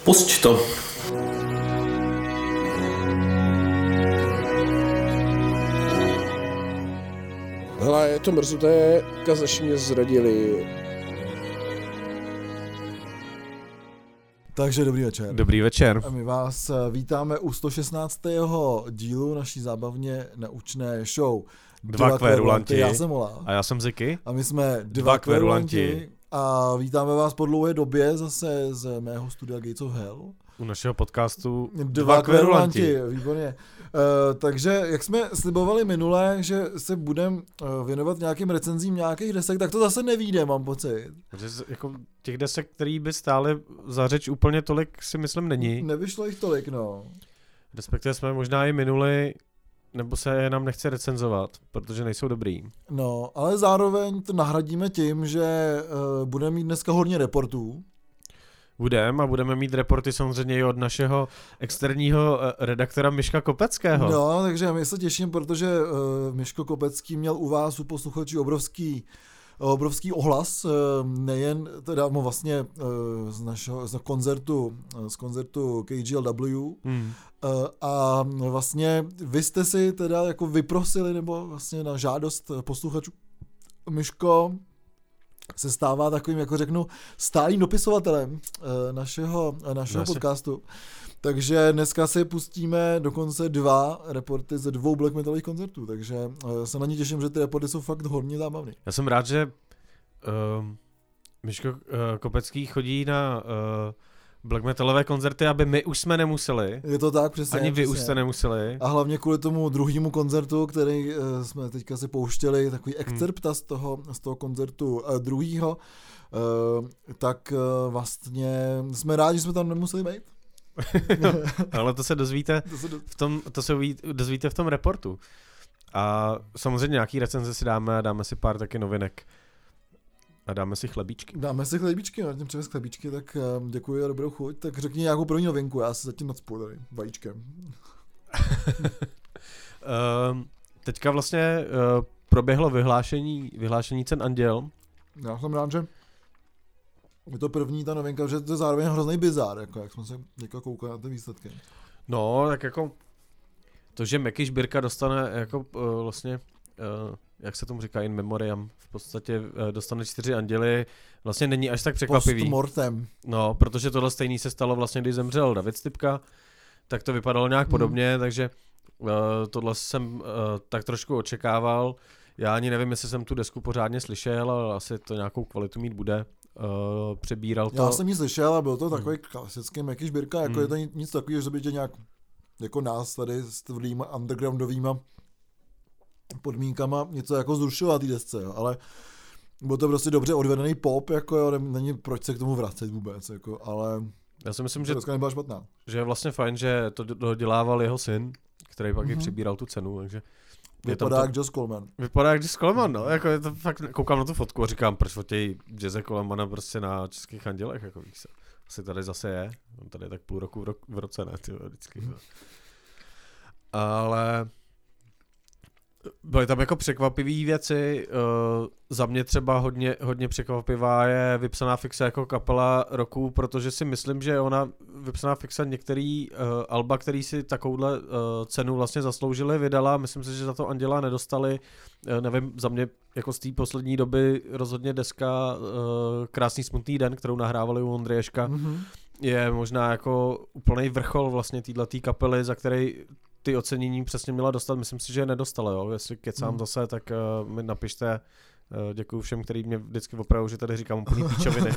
Pusť to. Hele, je to mrzuté, kazaši mě zradili. Takže dobrý večer. Dobrý večer. A my vás vítáme u 116. dílu naší zábavně naučné show. Dva kvérulanti. Já jsem Ola. A já jsem Ziky. A my jsme dva kvérulanti. A vítáme vás po dlouhé době zase z mého studia Gates of Hell. U našeho podcastu Dva kvérulanti. Výborně. Takže jak jsme slibovali minule, že se budeme věnovat nějakým recenzím nějakých desek, tak to zase nevíde, mám pocit. Protože jako těch desek, který by stály za řeč úplně tolik, si myslím není. Nevyšlo jich tolik, no. Respektive jsme možná i minuli, nebo se je nám nechce recenzovat, protože nejsou dobrý. No, ale zároveň to nahradíme tím, že budeme mít dneska hodně reportů. Budeme mít reporty samozřejmě i od našeho externího redaktora Miška Kopeckého. No, takže my se těším, protože Miško Kopecký měl u vás, u posluchačů, obrovský ohlas, nejen teda vlastně z koncertu KGLW, a vlastně vy jste si teda jako vyprosili, nebo vlastně na žádost posluchačů, Miško se stává takovým, jako řeknu, stálým dopisovatelem našeho podcastu. Takže dneska si pustíme dokonce 2 reporty ze 2 black metalových koncertů, takže se na ně těším, že ty reporty jsou fakt hodně zábavný. Já jsem rád, že Miško Kopecký chodí na black metalové koncerty, aby my už jsme nemuseli. Je to tak, přesně. Ani vy přesně. už jste nemuseli. A hlavně kvůli tomu druhému koncertu, který jsme teďka si pouštěli, takový excerpta z toho koncertu druhýho, tak vlastně jsme rádi, že jsme tam nemuseli být. Ale to se dozvíte dozvíte v tom reportu. A samozřejmě nějaký recenze si dáme si pár taky novinek. A dáme si chlebíčky. No, tím přivez chlebíčky, tak děkuji a dobrou chuť. Tak řekni nějakou první novinku, já se zatím nacpu tady vajíčkem. Teďka vlastně proběhlo vyhlášení cen Anděl. Já jsem rád, že je to první ta novinka, že to je zároveň hrozný bizár, jako jak jsme se teďka koukali na ty výsledky. No, tak jako to, že Meky Šbírka dostane jako vlastně, jak se tomu říká, in memoriam, v podstatě dostane 4 anděly, vlastně není až tak překvapivý. Postmortem. No, protože tohle stejný se stalo vlastně, když zemřel David Stypka, tak to vypadalo nějak podobně, takže tohle jsem tak trošku očekával. Já ani nevím, jestli jsem tu desku pořádně slyšel, ale asi to nějakou kvalitu mít bude. Přebíral to. Já jsem ji slyšel a byl to takový klasický Meky Šbírka, jako je to nic takového, že by tě nějak jako nás tady s tvrdýma undergroundovýma podmínkama něco jako zrušilo na té desce, jo. Ale byl to prostě dobře odvedený pop, jako jo, není proč se k tomu vracet vůbec, jako, ale já si myslím, že nebyla špatná. Že je vlastně fajn, že to dodělával jeho syn, který pak i přibíral tu cenu, takže vypadá jak Jazz Coleman. Vypadá jak Jazz Coleman, no, jako je to fakt, koukám na tu fotku a říkám, proč fotějí Jazze Colemana prostě na Českých andělech, jako víš se. Asi tady zase je, on tady je tak půl roku v roce, ne, tyjo, vždycky. No. Ale byly tam jako překvapivé věci, za mě třeba hodně překvapivá je Vypsaná fixa jako kapela roku, protože si myslím, že ona Vypsaná fixa některý alba, který si takovouhle cenu vlastně zasloužili, vydala, myslím si, že za to Anděla nedostali, nevím, za mě jako z té poslední doby rozhodně deska Krásný smutný den, kterou nahrávali u Ondřeješka, je možná jako úplnej vrchol vlastně této kapely, za který ty ocenění přesně měla dostat, myslím si, že je nedostala, jo, jestli kecám zase, tak mi napište, děkuju všem, který mě vždycky opravují, že tady říkám úplný píčoviny.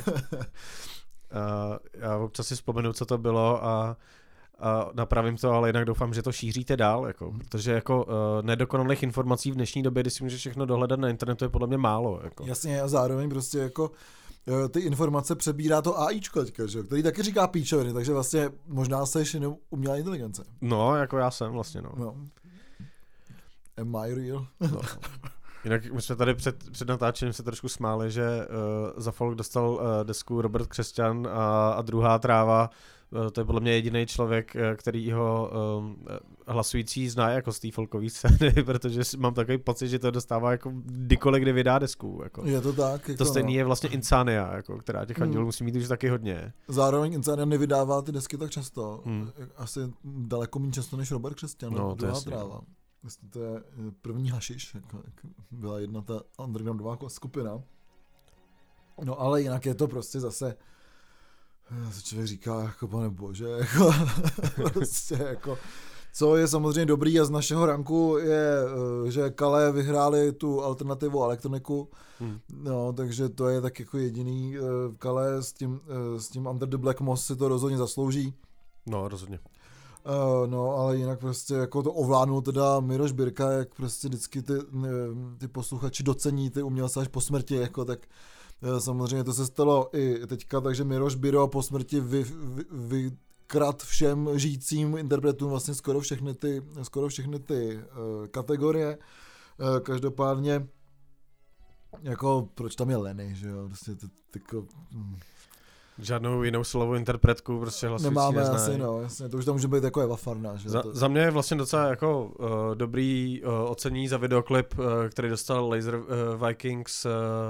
Já občas si vzpomenu, co to bylo a napravím to, ale jinak doufám, že to šíříte dál, jako, protože jako nedokonalých informací v dnešní době, když si můžeš všechno dohledat na internetu, je podle mě málo. Jako. Jasně, a zároveň prostě jako ty informace přebírá to AIčko teďka, že? Který taky říká píčoviny, takže vlastně možná seš jenom umělá inteligence. No, jako já jsem vlastně, no. Am I real? No. Jinak my jsme tady před natáčením se trošku smáli, že za folk dostal desku Robert Křesťan a Druhá tráva To je podle mě jediný člověk, který ho hlasující zná jako z té folkové scény, protože mám takový pocit, že to dostává jako kdykoliv, kdy vydá desku. Jako. Je to tak. Jako to stejný je vlastně Insania, jako, která těch andělů musí mít už taky hodně. Zároveň Insania nevydává ty desky tak často. Asi daleko méně často než Robert Křesťan. No, to je tráva. To je první hašiš, jako byla jedna ta undergroundová skupina. No ale jinak je to prostě zase člověk říká, jako pane bože, jako, prostě jako, co je samozřejmě dobrý a z našeho ranku je, že Calais vyhráli tu alternativou elektroniku, no, takže to je tak jako jediný, Calais s tím Under the Black Moss si to rozhodně zaslouží. No, rozhodně. No, ale jinak prostě jako to ovládnul teda Miroš Birka, jak prostě vždycky ty posluchači docení ty umělce až po smrti, jako tak samozřejmě to se stalo i teďka, takže Miroš Biro po smrti vykrad všem žijícím interpretům vlastně skoro všechny ty kategorie. Každopádně jako proč tam je Lenny, že jo, prostě to Žádnou jinou solovou interpretku prostě hlasující nemáme neznají. asi, no, jasně, to už tam může být jako Eva Farna, že Za mě je vlastně docela jako dobrý ocenění za videoklip, který dostal Laser Vikings,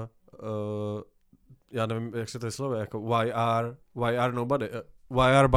já nevím, jak se to vyslovuje, jako Why Are Nobody, Why Are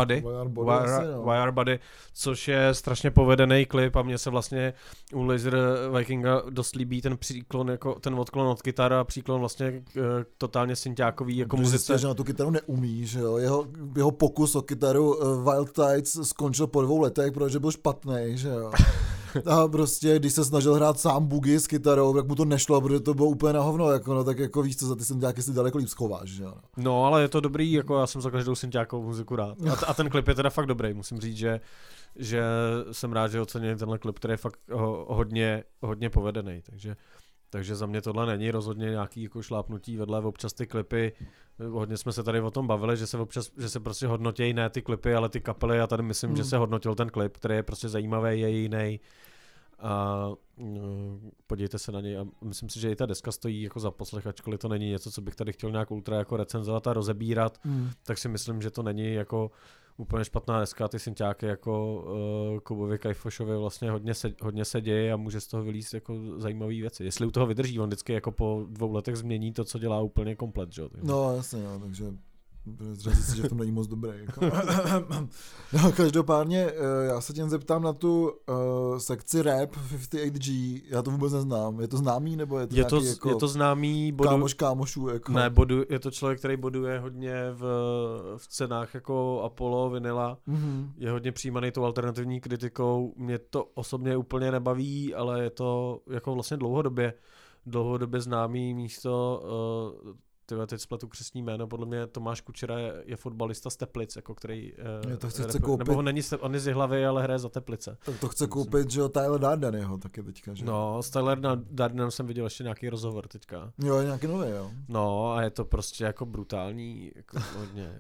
Buddy, což je strašně povedený klip a mně se vlastně u Laser Vikinga dost líbí ten příklon, jako ten odklon od kytara a příklon vlastně totálně synťákový jako muzice. Že na tu kytaru neumí, že jo, jeho pokus o kytaru Wild Tides skončil po 2 letech, protože byl špatný, že jo. A prostě, když se snažil hrát sám bugy s kytarou, tak mu to nešlo, protože to bylo úplně na hovno, jako, no, tak jako víš co, za ty synťáky si daleko líp schováš, že jo. No, ale je to dobrý, jako já jsem za každou synťákovou muziku rád. A ten klip je teda fakt dobrý, musím říct, že jsem rád, že ocením tenhle klip, který je fakt hodně povedený, takže za mě tohle není rozhodně nějaký jako šlápnutí vedle, občas ty klipy, hodně jsme se tady o tom bavili, že se prostě hodnotějí ne ty klipy, ale ty kapely a tady myslím, že se hodnotil ten klip, který je prostě zajímavý, je jiný a podívejte se na něj a myslím si, že i ta deska stojí jako za poslech, ačkoliv to není něco, co bych tady chtěl nějak ultra jako recenzovat a rozebírat, tak si myslím, že to není jako úplně špatná deska, ty synťáky jako Kubovi Kajfošovi vlastně hodně se děje a může z toho vylízt jako zajímavé věci. Jestli u toho vydrží, on vždycky jako po 2 letech změní to, co dělá úplně komplet, že jo. No jasně, no, takže říct si, že to není moc dobré. Jako. No, každopádně já se tě zeptám na tu sekci rap 58G, já to vůbec neznám. Je to známý, nebo je to nějaký jako je to známý kámošů? Jako? Ne, je to člověk, který boduje hodně v cenách jako Apollo, Vinyla. Je hodně přijímaný tou alternativní kritikou. Mě to osobně úplně nebaví, ale je to jako vlastně dlouhodobě známý místo. Teď spletu křestní jméno, podle mě Tomáš Kučera je fotbalista z Teplic, jako který chce koupit. Nebo on je z Jihlavy, ale hraje za Teplice. Tak to chce koupit, že jo, Tyler Darden jeho taky teďka, že? No, s Tyler Dardenem jsem viděl ještě nějaký rozhovor teďka. Jo, nějaký nový, jo. No, a je to prostě jako brutální, jako hodně.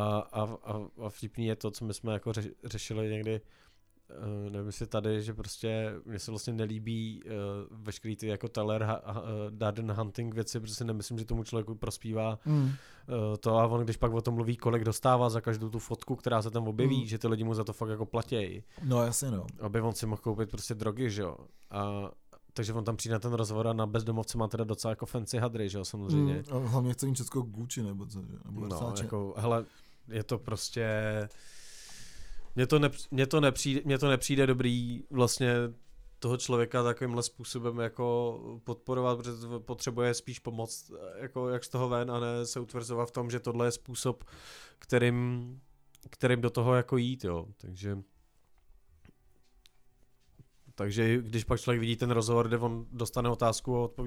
A vtipný je to, co my jsme jako řešili někdy, nevím jestli tady, že prostě mně se vlastně nelíbí veškerý ty jako Tyler Darden hunting věci, protože si nemyslím, že tomu člověku prospívá to a on když pak o tom mluví, kolik dostává za každou tu fotku, která se tam objeví, že ty lidi mu za to fakt jako platějí. No jasně no. Aby on si mohl koupit prostě drogy, že jo. Takže on tam přijde na ten rozhovor a na bezdomovce má teda docela jako fancy hadry, že jo, samozřejmě. A hlavně chce mít všechno Gucci nebo co, že? Nebo no, jako, hele, je to prostě mně to nepřijde dobrý vlastně toho člověka takovýmhle způsobem jako podporovat, protože potřebuje spíš pomoct jako jak z toho ven a ne se utvrzovat v tom, že tohle je způsob, kterým do toho jako jít, jo. Takže když pak člověk vidí ten rozhovor, kde on dostane otázku a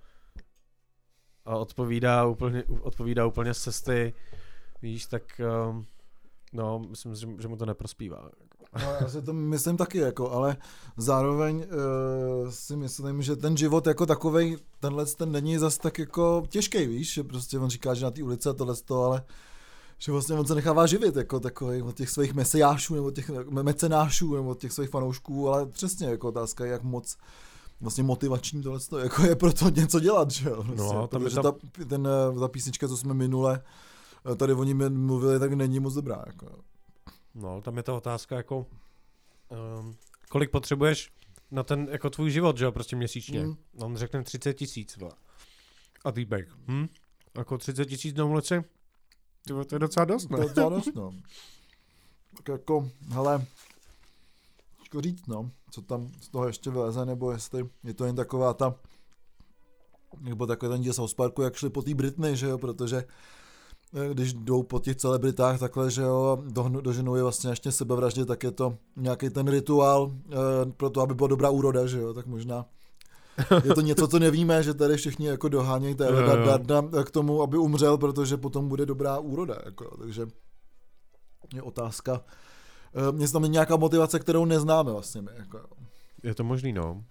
odpovídá úplně z cesty, víš, tak no, myslím, že mu to neprospívá. No, já si to myslím taky, jako, ale zároveň si myslím, že ten život jako takovej, ten není zas tak jako těžký, víš, že prostě on říká, že na té ulici a tohleto, ale že vlastně on se nechává živit jako takový od těch svých mesiášů nebo těch mecenášů nebo od těch svých fanoušků, ale přesně jako otázka, jak moc vlastně motivační tohleto jako je pro to něco dělat, že jo. Vlastně, no, protože ta písnička, co jsme minule tady o ní mluvili, tak není moc dobrá. Jako. No, tam je ta otázka jako, kolik potřebuješ na ten jako tvůj život, že jo, prostě měsíčně. On řekne 30 000, a týpek, jako 30 000 na ulici? To je docela dost, ne? To je docela dost, no. Tak jako, hele, těžko říct, no, co tam z toho ještě vyleze, nebo jestli je to jen taková ta, nebo takový ten díl South Parku, jak šli po té Britney, že jo, protože když jdou po těch celebritách takhle, že jo, doženou je vlastně ještě sebevraždě, tak je to nějaký ten rituál pro to, aby byla dobrá úroda, že jo, tak možná je to něco, co nevíme, že tady všichni jako dohánějí Darna k tomu, aby umřel, protože potom bude dobrá úroda, jako, takže je otázka. Mně tam je nějaká motivace, kterou neznáme vlastně my, jako. Je to možný, no.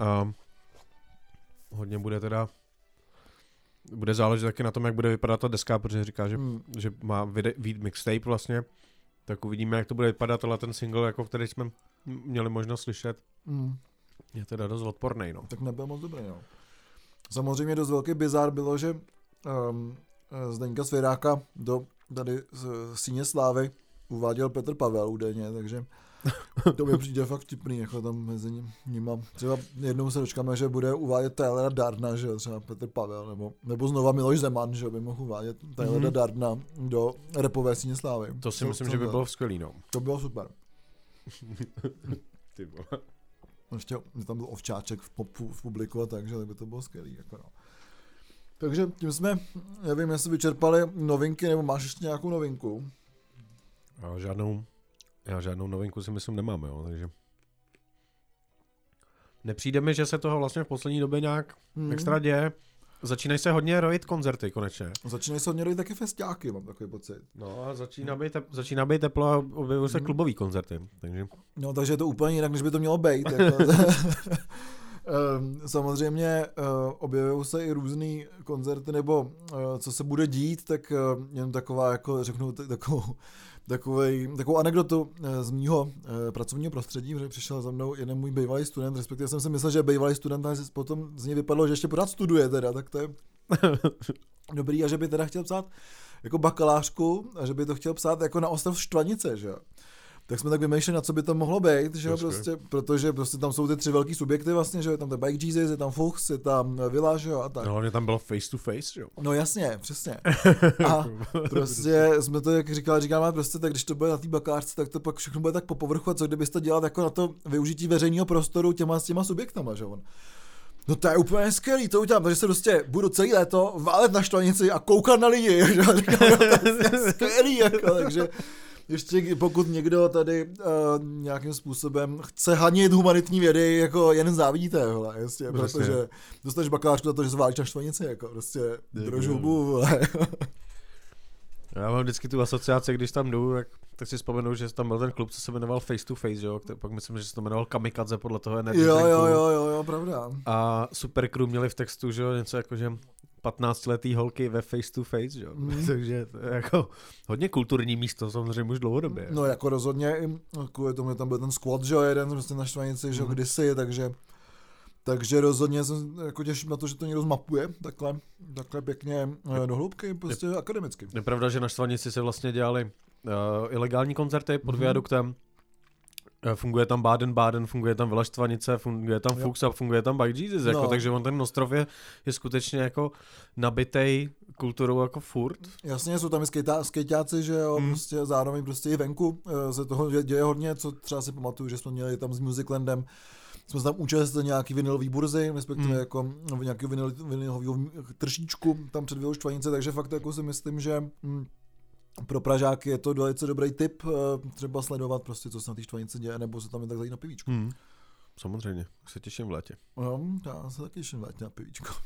Hodně bude záležet taky na tom, jak bude vypadat ta deska, protože říká, že má vyjít mixtape vlastně, tak uvidíme, jak to bude vypadat, ale ten single, jako který jsme měli možnost slyšet, je teda dost odpornej, no. Tak nebyl moc dobrý, no. Samozřejmě dost velký bizár bylo, že Zdeňka Svěráka do tady Síně slávy uváděl Petr Pavel údajně, takže to mi přijde fakt vtipný, jako tam mezi nima. Třeba jednou se dočkáme, že bude uvádět Tylera Darna, že třeba Petr Pavel, nebo znova Miloš Zeman, že by mohl uvádět Tylera Darna do rapové Síně slávy. To si myslím, že by bylo skvělý, no. To bylo super. Ty vole. Ještě tam byl Ovčáček v publiku a tak, že by to bylo skvělý, jako no. Takže tím jsme, nevím, jestli vyčerpali novinky, nebo máš ještě nějakou novinku? Já žádnou novinku si myslím nemáme, jo, takže nepřijde mi, že se toho vlastně v poslední době nějak extra děje. Začínají se hodně rojit koncerty konečně. Začínají se hodně rojit taky festiáky, mám takový pocit. No a začíná být teplo a objevují se klubový koncerty. Takže. No takže je to úplně jinak, než by to mělo být. Jako. Samozřejmě objevují se i různý koncerty, nebo co se bude dít, tak jen taková, jako řeknu, takovou anekdotu z mýho pracovního prostředí, protože přišel za mnou jeden můj bývalý student, respektive jsem si myslel, že je bývalý student, ale potom z něj vypadlo, že ještě pořád studuje teda, tak to je dobrý, a že by teda chtěl psát jako bakalářku a že by to chtěl psát jako na ostrov Štvanice, že jo. Tak jsme tak vymýšleli, na co by to mohlo být, že jo, prostě, protože prostě tam jsou ty 3 velký subjekty vlastně, že jo, tam Bike Jesus, je tam Fuchs, je tam Vila, že jo, a tak. No, hlavně tam bylo face to face, že jo. No jasně, přesně. A prostě jsme to, jak říkáme, prostě tak, když to bude na té bakalářce, tak to pak všechno bude tak po povrchu, a co kdybyste dělat jako na to využití veřejného prostoru těma subjektama, že jo. No to je úplně skvělý, to udělám, takže se prostě budu celý léto válet na Štvanici a koukat na lidi, že jo, to je skvělý, jako, takže ještě pokud někdo tady nějakým způsobem chce hanit humanitní vědy, jako jen závidíte, hele, jasně, protože dostaneš bakalářku za to, že se válíš na Štvanici, jako prostě drožubu, Já mám vždycky tu asociaci, když tam jdu, tak si vzpomenu, že tam byl ten klub, co se jmenoval Face to Face, jo, pak myslím, že se to jmenoval Kamikadze podle toho energy drinku. Jo, pravda. A Supercrew měli v textu, že jo, něco jako, že 15letý holky ve face to face, jo. Takže to je jako hodně kulturní místo, samozřejmě už dlouhodobě. No jako rozhodně, kvůli tomu tam byl ten squad, že jo, jeden prostě na Štvanici, že jo, kdysi, takže rozhodně jsem jako těším na to, že to někdo zmapuje, takhle pěkně do hloubky, prostě akademicky. Je pravda, že na Štvanici se vlastně dělali ilegální koncerty pod viaduktem. Funguje tam Baden-Baden, funguje tam Vila Štvanice, funguje tam Fuchs a funguje tam Bike Jesus, jako, takže on ten ostrov je skutečně jako nabitej kulturou jako furt. Jasně, jsou tam i skejťáci, že jo, prostě zároveň prostě i venku se toho děje hodně, co třeba si pamatuju, že jsme měli tam s Musiclandem, jsme se tam účastnili nějaký vinilový burzy, respektive jako nějaký vinilovýho tržíčku tam před Vilou Štvanice, takže fakt jako si myslím, že pro Pražáky je to velice dobrý tip, třeba sledovat prostě, co se na té Štvanici děje, nebo se tam jen tak zajít na pivíčko. Samozřejmě, se těším v létě. No, já se taky těším v létě na pivíčko.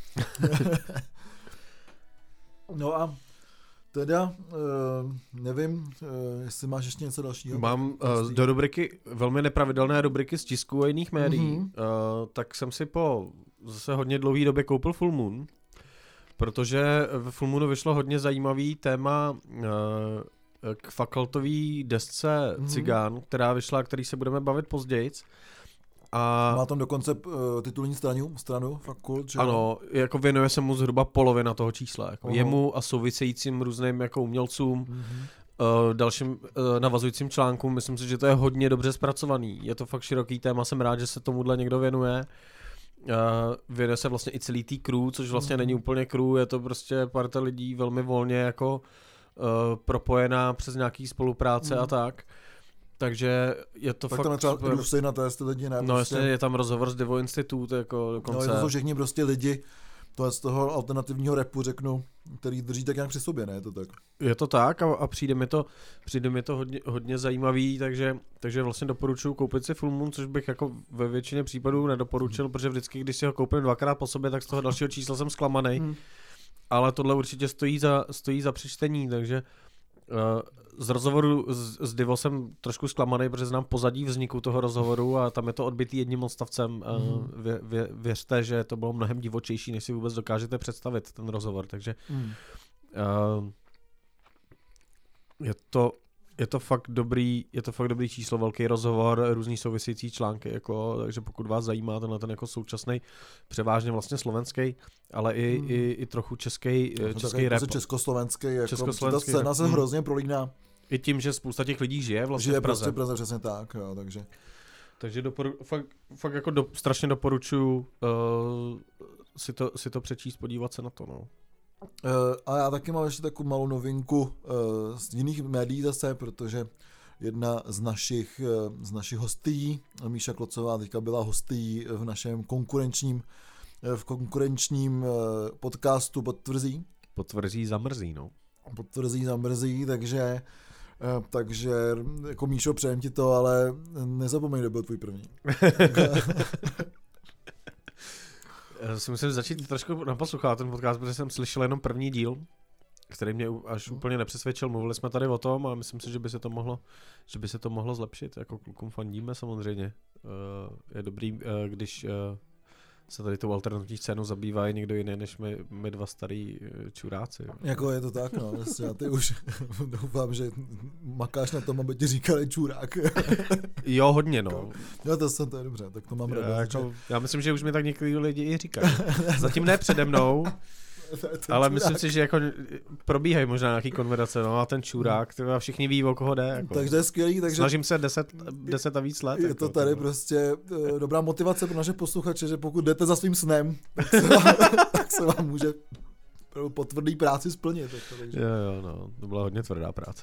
No a teda, nevím, jestli máš ještě něco dalšího. Mám do rubriky, velmi nepravidelné rubriky z tisku a jiných médií, tak jsem si po zase hodně dlouhé době koupil Full Moon, protože v Full Moonu vyšlo hodně zajímavý téma k fakultový desce Cigán, která vyšla, který se budeme bavit později. A má tam dokonce titulní stranu fakult, že? Ano, jako věnuje se mu zhruba polovina toho čísla. Jako jemu a souvisejícím různým jako umělcům. dalším navazujícím článkům. Myslím si, že to je hodně dobře zpracovaný. Je to fakt široký téma, jsem rád, že se tomuhle někdo věnuje. Věnuje se vlastně i celý tý crew, což vlastně není úplně crew, je to prostě parta lidí velmi volně jako propojená přes nějaký spolupráce a tak. Takže je to fakt... Tak tam je třeba Rusy na té lidi, ne? No prostě... jasně, je tam rozhovor z Devo Institute, jako dokonce. No, to jsou všichni prostě lidi, to z toho alternativního rapu řeknu, který drží tak nějak při sobě, ne? Je to tak? Je to tak a přijde mi to hodně zajímavý, takže vlastně doporučuji koupit si Full Moon, což bych jako ve většině případů nedoporučil, protože vždycky, když si ho koupím dvakrát po sobě, tak z toho dalšího čísla jsem zklamaný. Ale tohle určitě stojí za přečtení, takže z rozhovoru s Divo jsem trošku zklamaný, protože znám pozadí vzniku toho rozhovoru a tam je to odbitý jedním odstavcem. Věřte, že to bylo mnohem divočejší, než si vůbec dokážete představit ten rozhovor, takže je to fakt dobrý číslo, velký rozhovor, různý související články, jako, takže pokud vás zajímá ten jako současný, převážně vlastně slovenský, ale i trochu český rap. Československý, jako ta scéna se hrozně prolíná. I tím, že spousta těch lidí žije vlastně v Praze. Prostě Praze, přesně tak, jo, takže. Takže fakt jako strašně doporučuji si to přečíst, podívat se na to, no. A já taky mám ještě takovou malou novinku z jiných médií zase, protože jedna z našich hostí, Míša Klocová, teďka byla hostí v našem konkurenčním podcastu Potvrzí zamrzí, no. Potvrzí zamrzí, takže jako Míšo, přejem ti to, ale nezapomeň, kdo byl tvůj první. Já si musím začít trošku naposlouchat ten podcast, protože jsem slyšel jenom první díl, který mě až úplně nepřesvědčil. Mluvili jsme tady o tom a myslím si, že by se to mohlo zlepšit. Jako klukům fandíme samozřejmě. Je dobrý, když se tady tou alternativní scénou zabývá i někdo jiný, než my dva starý čuráci. Jo. Jako je to tak, no. Já ty už doufám, že makáš na tom, aby ti říkali čurák. Jo, hodně, no. Jo, to je dobře, tak to mám radost. Já myslím, že už mi tak některý lidi i říkají. Zatím ne přede mnou, ale myslím si, že jako probíhají možná nějaký konverzace, no a ten čurák, a všichni ví, o koho jde. Jako. Takže je skvělý. Takže snažím se 10 a víc let. Je to tady prostě dobrá motivace pro naše posluchače, že pokud jdete za svým snem, tak se vám může po tvrdý práci splnit. Takže. Jo, no, to byla hodně tvrdá práce.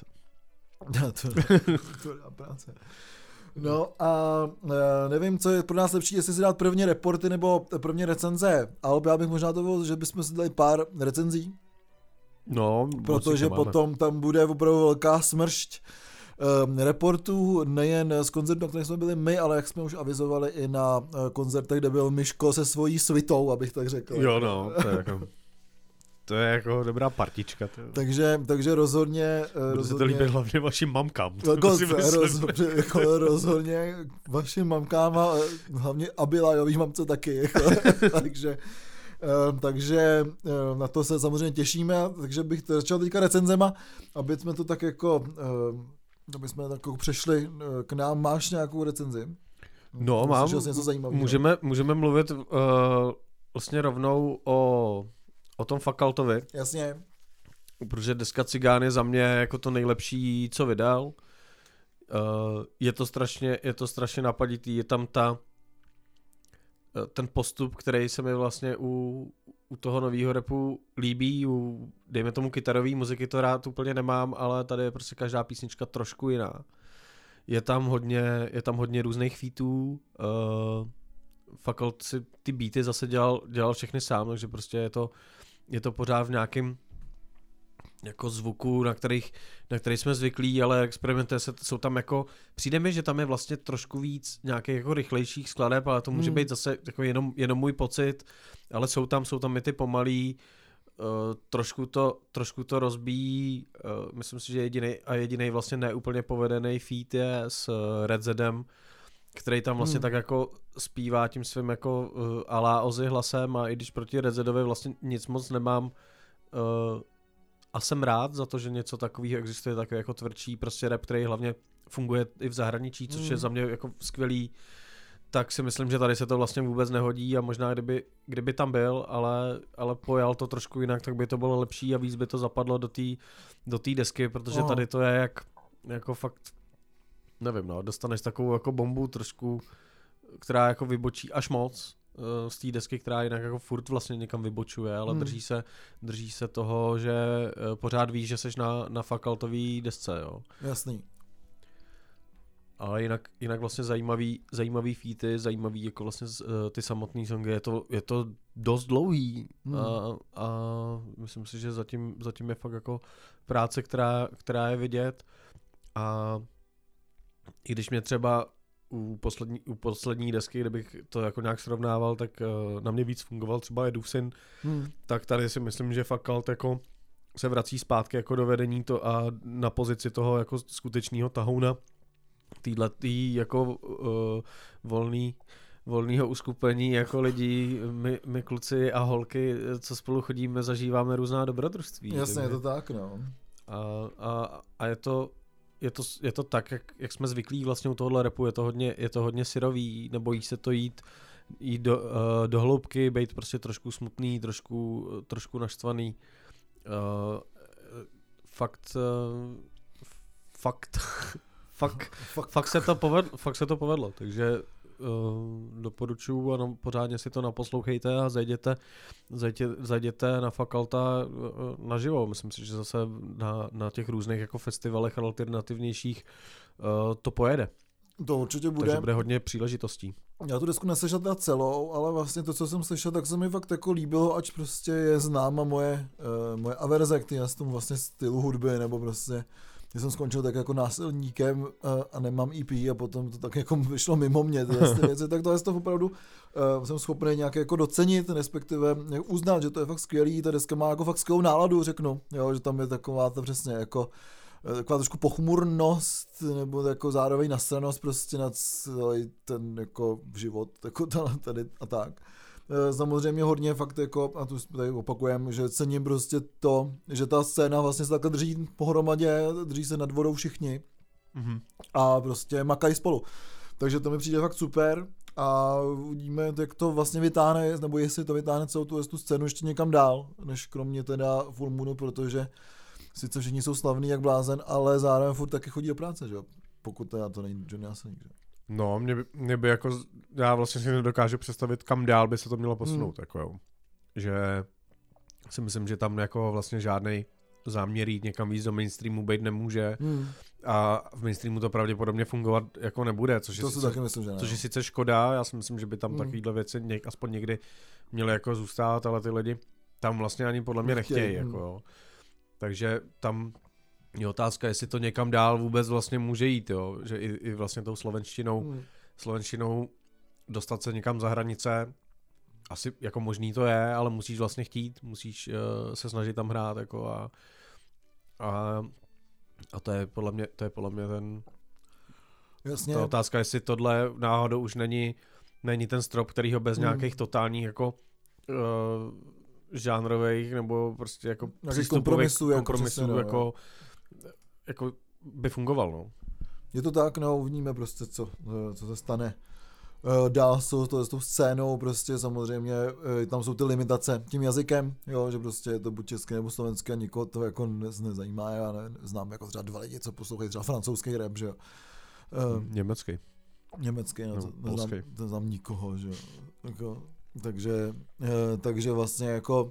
Tvrdá práce. No a nevím, co je pro nás lepší, jestli si dát první reporty nebo první recenze, ale já bych možná to byl, že bychom si dali pár recenzí. No, protože potom tam bude opravdu velká smršť reportů, nejen z koncertů, na kterých jsme byli my, ale jak jsme už avizovali i na koncertech, kde byl Myško se svojí svitou, abych tak řekl. Jo, no, to je jako dobrá partička. Takže rozhodně... se to líbí hlavně vašim mamkám. Rozhodně vašim mamkám a hlavně Abilajový mamce taky. Takže na to se samozřejmě těšíme, takže bych začal teďka recenzema, aby jsme to tak jako... aby jsme tak jako přešli k nám. Máš nějakou recenzi? No, mám. Můžeme mluvit vlastně rovnou o tom Fakaltovi. Jasně. Protože deska Cigán je za mě jako to nejlepší, co vydal. Je to strašně napaditý, je tam ten postup, který se mi vlastně u toho nového rapu líbí, dejme tomu kytarový muziky to rád úplně nemám, ale tady je prostě každá písnička trošku jiná. Je tam hodně různých featů, Fakalt si ty beaty zase dělal všechny sám, takže prostě je to pořád v nějakém jako zvuku, na který jsme zvyklí, ale experimenty jsou tam jako, přijde mi, že tam je vlastně trošku víc nějakých jako rychlejších skladeb, ale to může být zase jako jenom můj pocit, ale jsou tam i ty pomalý, trošku to rozbíjí, myslím si, že jediný vlastně neúplně povedený feat je s Red Zedem, který tam vlastně tak jako zpívá tím svým jako alá Ozzy hlasem, a i když proti Red Zedovi vlastně nic moc nemám, a jsem rád za to, že něco takového existuje, takový jako tvrdší prostě rap, který hlavně funguje i v zahraničí, což je za mě jako skvělý, tak si myslím, že tady se to vlastně vůbec nehodí a možná kdyby tam byl, ale pojal to trošku jinak, tak by to bylo lepší a víc by to zapadlo do té desky, protože tady to je jako fakt, nevím, no, dostaneš takovou jako bombu trošku, která jako vybočí až moc z té desky, která jinak jako furt vlastně někam vybočuje, ale drží se toho, že pořád víš, že seš na fakultový desce, jo. Jasný. Ale jinak vlastně zajímavý featy, zajímavý jako vlastně ty samotné songy, je to dost dlouhý a myslím si, že zatím je fakt jako práce, která je vidět a i když mě třeba u poslední desky, kdybych to jako nějak srovnával, tak na mě víc fungoval třeba Edův syn, tak tady si myslím, že Fakalt jako se vrací zpátky jako do vedení to a na pozici toho jako skutečného tahouna týhletý jako volného uskupení jako lidí, my kluci a holky, co spolu chodíme, zažíváme různá dobrodružství. Jasně, je to tak, no. A je to tak, jak jsme zvyklí vlastně u tohohle rapu, je to hodně syrový, nebojí se to jít do hloubky, být prostě trošku smutný, trošku naštvaný. Fakt se to povedlo, takže doporučuji a pořádně si to naposlouchejte a zajděte na Fakalta naživo. Myslím si, že zase na těch různých jako festivalech alternativnějších to pojede. To určitě bude. Takže bude hodně příležitostí. Já tu desku neslyšel teda celou, ale vlastně to, co jsem slyšel, tak se mi fakt jako líbilo, ač prostě je známa moje averze k tomu vlastně stylu hudby, nebo prostě já jsem skončil tak jako násilníkem a nemám EP a potom to tak jako vyšlo mimo mě ty věci, tak to je to opravdu jsem schopný nějak jako docenit, respektive uznat, že to je fakt skvělý, ta deska má jako fakt skvělou náladu, řeknu, jo, že tam je taková to přesně jako taková trošku pochmurnost nebo jako zároveň nasranost prostě na celý ten jako život jako tady a tak. Samozřejmě hodně fakt jako, a tu tady opakujem, že cením prostě to, že ta scéna vlastně se takhle drží pohromadě, drží se nad vodou všichni a prostě makají spolu. Takže to mi přijde fakt super a uvidíme, jak to vlastně vytáhne, nebo jestli to vytáhne celou tu scénu ještě někam dál, než kromě teda Full Moonu, protože sice všichni jsou slavní jak blázen, ale zároveň furt taky chodí do práce, že jo? Pokud teda to není Johnny Jaseník, že? No, mě by jako, já vlastně si nedokážu představit, kam dál by se to mělo posunout, jako jo. Že si myslím, že tam jako vlastně žádnej záměr jít někam víc do mainstreamu být nemůže a v mainstreamu to pravděpodobně fungovat jako nebude, což je sice škoda, já si myslím, že by tam takovýhle věci aspoň někdy měly jako zůstat, ale ty lidi tam vlastně ani podle mě nechtějí, jako jo. Takže tam je otázka, jestli to někam dál vůbec vlastně může jít, jo, že i vlastně tou slovenštinou dostat se někam za hranice, asi jako možný to je, ale musíš vlastně chtít, musíš se snažit tam hrát, jako a to je podle mě ten Jasně. Ta otázka, jestli tohle náhodou už není ten strop, kterýho bez nějakých totálních jako žánrových nebo prostě jako přístupových kompromisů jako by fungoval, no. Je to tak, no, uvidíme prostě, co se stane. Dál jsou to s tou scénou, prostě samozřejmě tam jsou ty limitace tím jazykem, jo, že prostě je to buď česky nebo slovenský a nikoho to jako nezajímá, já znám jako třeba 2 lidi, co poslouchají třeba francouzský rap, že jo. Německý, no, neznám nikoho, že jo. Jako, takže vlastně jako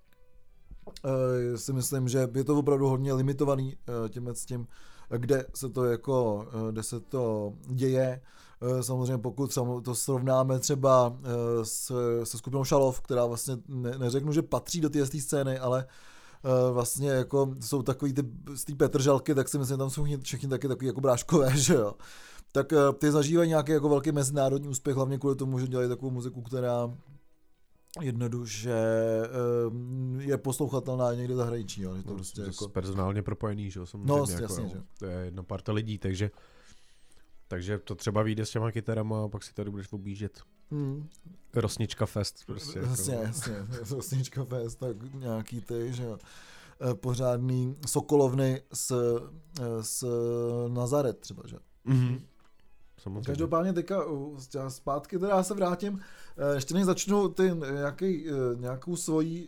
si myslím, že je to opravdu hodně limitovaný s tím, kde se to děje. Samozřejmě pokud to srovnáme třeba se skupinou Šalov, která vlastně neřeknu, že patří do té scény, ale vlastně jako jsou takový z té Petržalky, tak si myslím, že tam jsou všichni taky takový jako bráškové, že jo. Tak ty zažívají nějaký jako velký mezinárodní úspěch, hlavně kvůli tomu, že dělají takovou muziku, která jednoduše je poslouchatelná někde zahraničí, jo, že to prostě jako personálně propojený, že jo, samozřejmě, no, jako, jasně, že? To je jedna parta lidí, takže to třeba vyjde s těma kytarama a pak si tady budeš objíždět. Rosnička Fest prostě. Jasně, Rosnička Fest, tak nějaký ty, že jo, pořádný sokolovny s Nazaret třeba, že? samozřejmě. Každopádně teďka zpátky teda já se vrátím, ještě než začnu ty nějakou svoji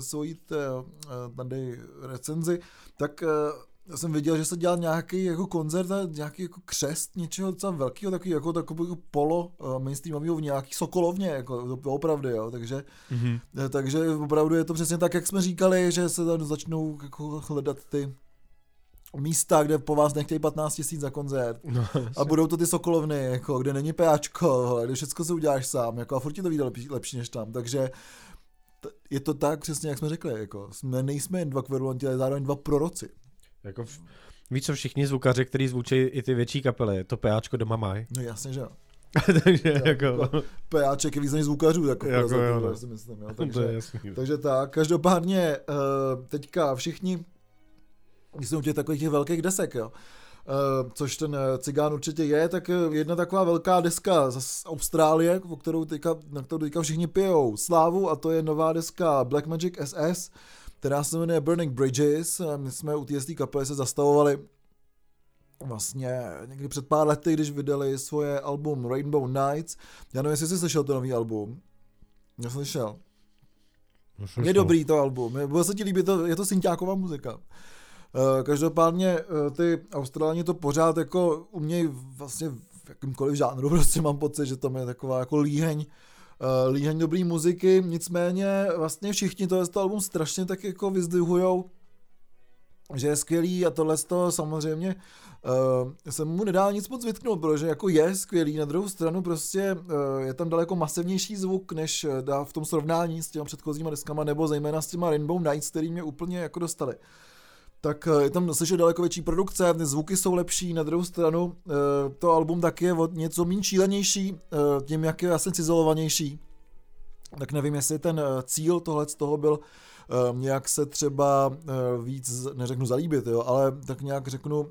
tady recenzi, tak já jsem viděl, že se dělal nějaký jako koncert a nějaký jako křest něčeho docela velkého, takový polo mainstreamového v nějaký Sokolovně, jako to opravdu, jo, takže opravdu je to přesně tak, jak jsme říkali, že se tam začnou jako hledat ty místa, kde po vás nechtějí 15 000 za koncert. No, a budou to ty Sokolovny, jako, kde není PAčko, kde všechno se uděláš sám, jako, a furt ti to vyjde lepší než tam. Takže je to tak přesně, jak jsme řekli. Jako, nejsme jen 2 kverulanti, ale zároveň 2 proroci. Jako víš co, všichni zvukaři, kteří zvučí i ty větší kapely, to PAčko doma mají. No jasně, že jo. Takže jako... PAček je víc než zvukařů, jako jo, si myslím. Jo. Takže tak, každopádně teďka všichni jsou těch takových těch velkých desek, jo. Což ten Cigán určitě je, tak jedna taková velká deska z Austrálie, na kterou teďka všichni pijou slávu, a to je nová deska Black Magic SS, která se jmenuje Burning Bridges. My jsme u té kapely se zastavovali vlastně někdy před pár lety, když vydali svoje album Rainbow Nights. Já nevím, jestli jsi slyšel to nový album. Já jsem slyšel. Je dobrý to album, bude se ti líbit, je to synťáková muzika. Každopádně ty Australani to pořád jako umějí vlastně v jakýmkoliv žánru, prostě mám pocit, že tam je taková jako líheň dobrý muziky, nicméně vlastně všichni to album strašně tak jako vyzdvihujou, že je skvělý, a tohle to samozřejmě se mu nedá nic moc vytknout, protože jako je skvělý, na druhou stranu prostě je tam daleko masivnější zvuk, než dá v tom srovnání s těma předchozíma deskama, nebo zejména s těma Rainbow Nights, který mě úplně jako dostali. Tak je tam slyšet daleko větší produkce, ty zvuky jsou lepší, na druhou stranu to album taky je něco méně šílenější, tím jak je asi cizelovanější. Tak nevím, jestli ten cíl tohle z toho byl nějak se třeba víc, neřeknu zalíbit, jo, ale tak nějak řeknu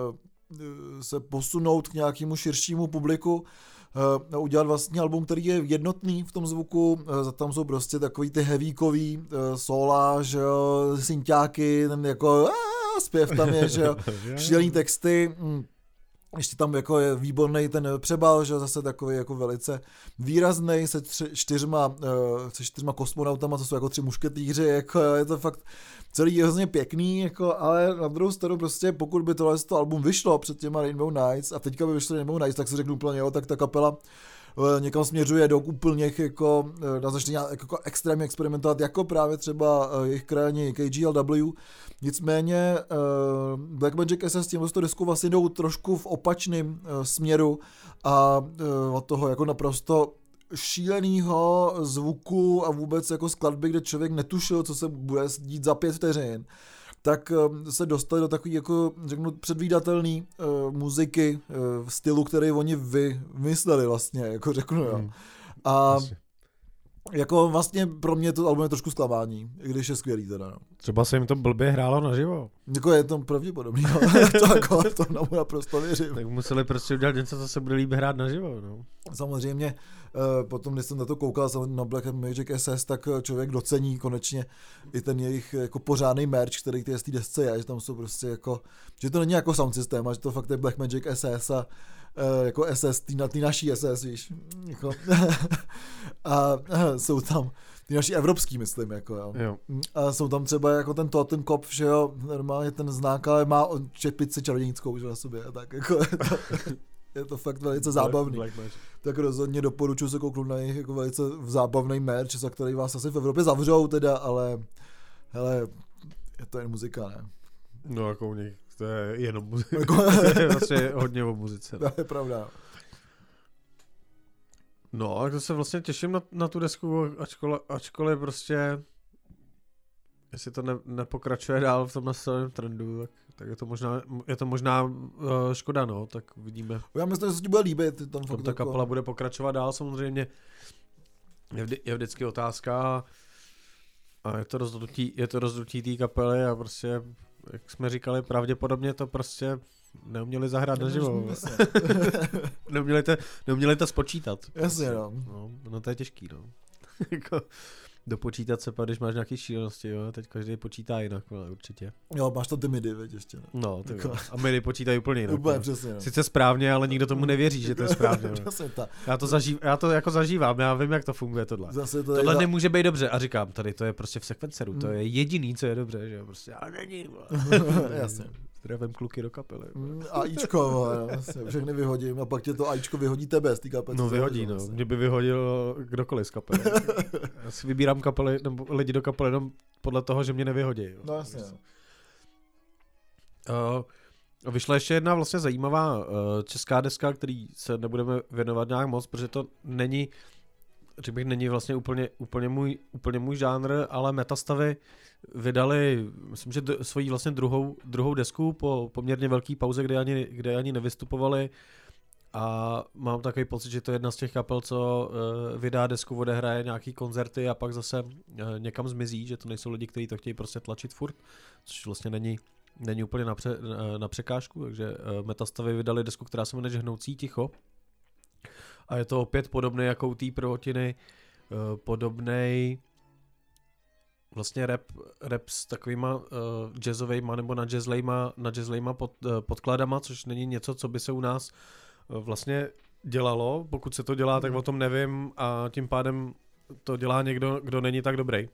se posunout k nějakému širšímu publiku, udělat vlastně album, který je jednotný v tom zvuku, tam jsou prostě takový ty heavykový sóla, že jo, synťáky, ten jako zpěv tam je, že jo, šílený texty, ještě tam jako je výborný ten přebal, že zase takový jako velice výrazný se 4 kosmonautama, to jsou jako 3 mušketýři, jako je to fakt celý hrozně pěkný, jako, ale na druhou stranu prostě pokud by tohle album vyšlo před těma Rainbow Nights a teďka by vyšlo Rainbow Nights, tak si řeknu úplně jo, tak ta kapela někam směřuje do úplně jako začne jako extrémně experimentovat, jako právě třeba jejich krajani KGLW. Nicméně Black Magic SS s tímhle deskou vlastně jdou trošku v opačném směru a od toho jako naprosto šílenýho zvuku a vůbec jako skladby, kde člověk netušil, co se bude dít za 5 vteřin, tak se dostali do takový, jako řeknu, předvídatelný muziky v stylu, který oni vymysleli vlastně, jako řeknu, jo. A jako vlastně pro mě to album je trošku zklamání, i když je skvělý teda, no. Třeba se jim to blbě hrálo naživo. Jako je to pravděpodobný, no. to naprosto věřím. Tak museli prostě udělat něco, co se bude líbit hrát naživo, no. Samozřejmě, potom, když jsem na to koukal na Black Magic SS, tak člověk docení konečně i ten jejich jako pořádný merch, který ty desce je, že tam jsou prostě jako, že to není jako sound systém, a že to fakt je Black Magic SS a jako SS, ty naší SS, víš, jako, a jsou tam ty naši evropský, myslím, jako jo. A jsou tam třeba jako ten Totenkopf, že jo, normálně ten znak, ale má čepici čarodějnickou, že na sobě, tak jako je to fakt velice zábavný. Tak rozhodně doporučuji se kouknout na jejich jako velice zábavný merch, za který vás asi v Evropě zavřou teda, ale hele, je to jen muzika, ne? No jako u nich, to je jenom muzika. To je vlastně hodně o muzice. To je pravda. No, tak to se vlastně těším na tu desku, ačkoliv prostě jestli to nepokračuje dál v tom nastaveném trendu, tak je to možná škoda, no, tak vidíme. Já myslím, že se ti bude líbit. Ta kapela bude pokračovat dál samozřejmě. Je vždycky otázka a je to rozhodnutí té kapely a prostě, jak jsme říkali, pravděpodobně to prostě neuměli zahrát naživo. neuměli to spočítat. Jasně, no. No to je těžký, no. dopočítat se pak, když máš nějaký šílenosti, jo, teď každý počítá jinak, ale určitě. Jo, máš tam ty midi, veď ještě. No, a midi počítají úplně jinak. Úplně přesně. No. Sice správně, ale nikdo tomu nevěří, že to je správně. Přesně tak. Já to jako zažívám, já vím, jak to funguje tohle. Tohle nemůže být dobře a říkám, tady to je prostě v sekvenceru, to je jediný, co je dobře, že jo, prostě, ale není. Jasně. Zdravím kluky do kapely. AIčko, vlastně, všechny vyhodím a pak tě to AIčko vyhodí tebe z té kapely. No vyhodí, no. Mě by vyhodil kdokoliv z kapely. Já si vybírám kapely, nebo lidi do kapely jenom podle toho, že mě nevyhodí. Jo. No jasně. Vyšla ještě jedna vlastně zajímavá česká deska, který se nebudeme věnovat nějak moc, protože to není, řekl bych, není vlastně úplně můj žánr, ale Metastavy vydali, myslím, že svoji vlastně druhou desku po poměrně velký pauze, kde ani nevystupovali, a mám takový pocit, že to je jedna z těch kapel, co vydá desku, odehraje nějaký koncerty a pak zase někam zmizí, že to nejsou lidi, kteří to chtějí prostě tlačit furt, což vlastně není úplně na překážku, takže Metastavy vydali desku, která se jmenuje Žehnoucí ticho, a je to opět podobný jako u té prvotiny, vlastně rap s takovýma jazzovejma nebo jazzlejma podkladama, což není něco, co by se u nás vlastně dělalo. Pokud se to dělá, tak o tom nevím, a tím pádem to dělá někdo, kdo není tak dobrý.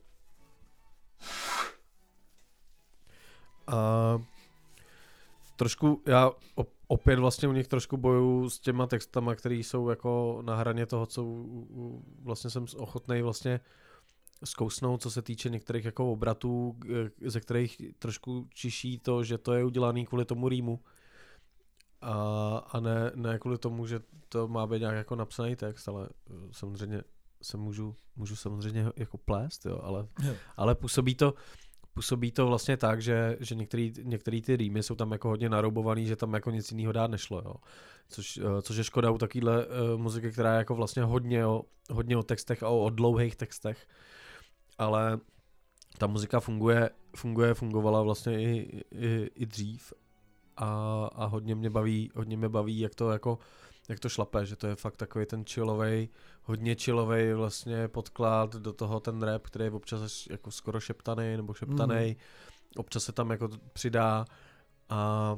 A trošku, já opět vlastně u nich trošku bojuju s těma textama, které jsou jako na hraně toho, co vlastně jsem ochotnej vlastně zkousnout, co se týče některých jako obratů, ze kterých trošku čiší to, že to je udělaný kvůli tomu rýmu. A ne kvůli tomu, že to má být nějak jako napsaný text, ale samozřejmě se můžu samozřejmě jako plést, jo, ale působí to vlastně tak, že některý ty rýmy jsou tam jako hodně naroubovaný, že tam jako nic jiného dát nešlo, jo. Což je škoda u takovýhle muziky, která je jako vlastně hodně o textech a o dlouhých textech, ale ta muzika fungovala vlastně i dřív, a hodně mě baví, jak to šlape, že to je fakt takový ten hodně chillovej vlastně podklad, do toho ten rap, který je občas jako skoro šeptaný nebo šeptaný, občas se tam jako přidá, a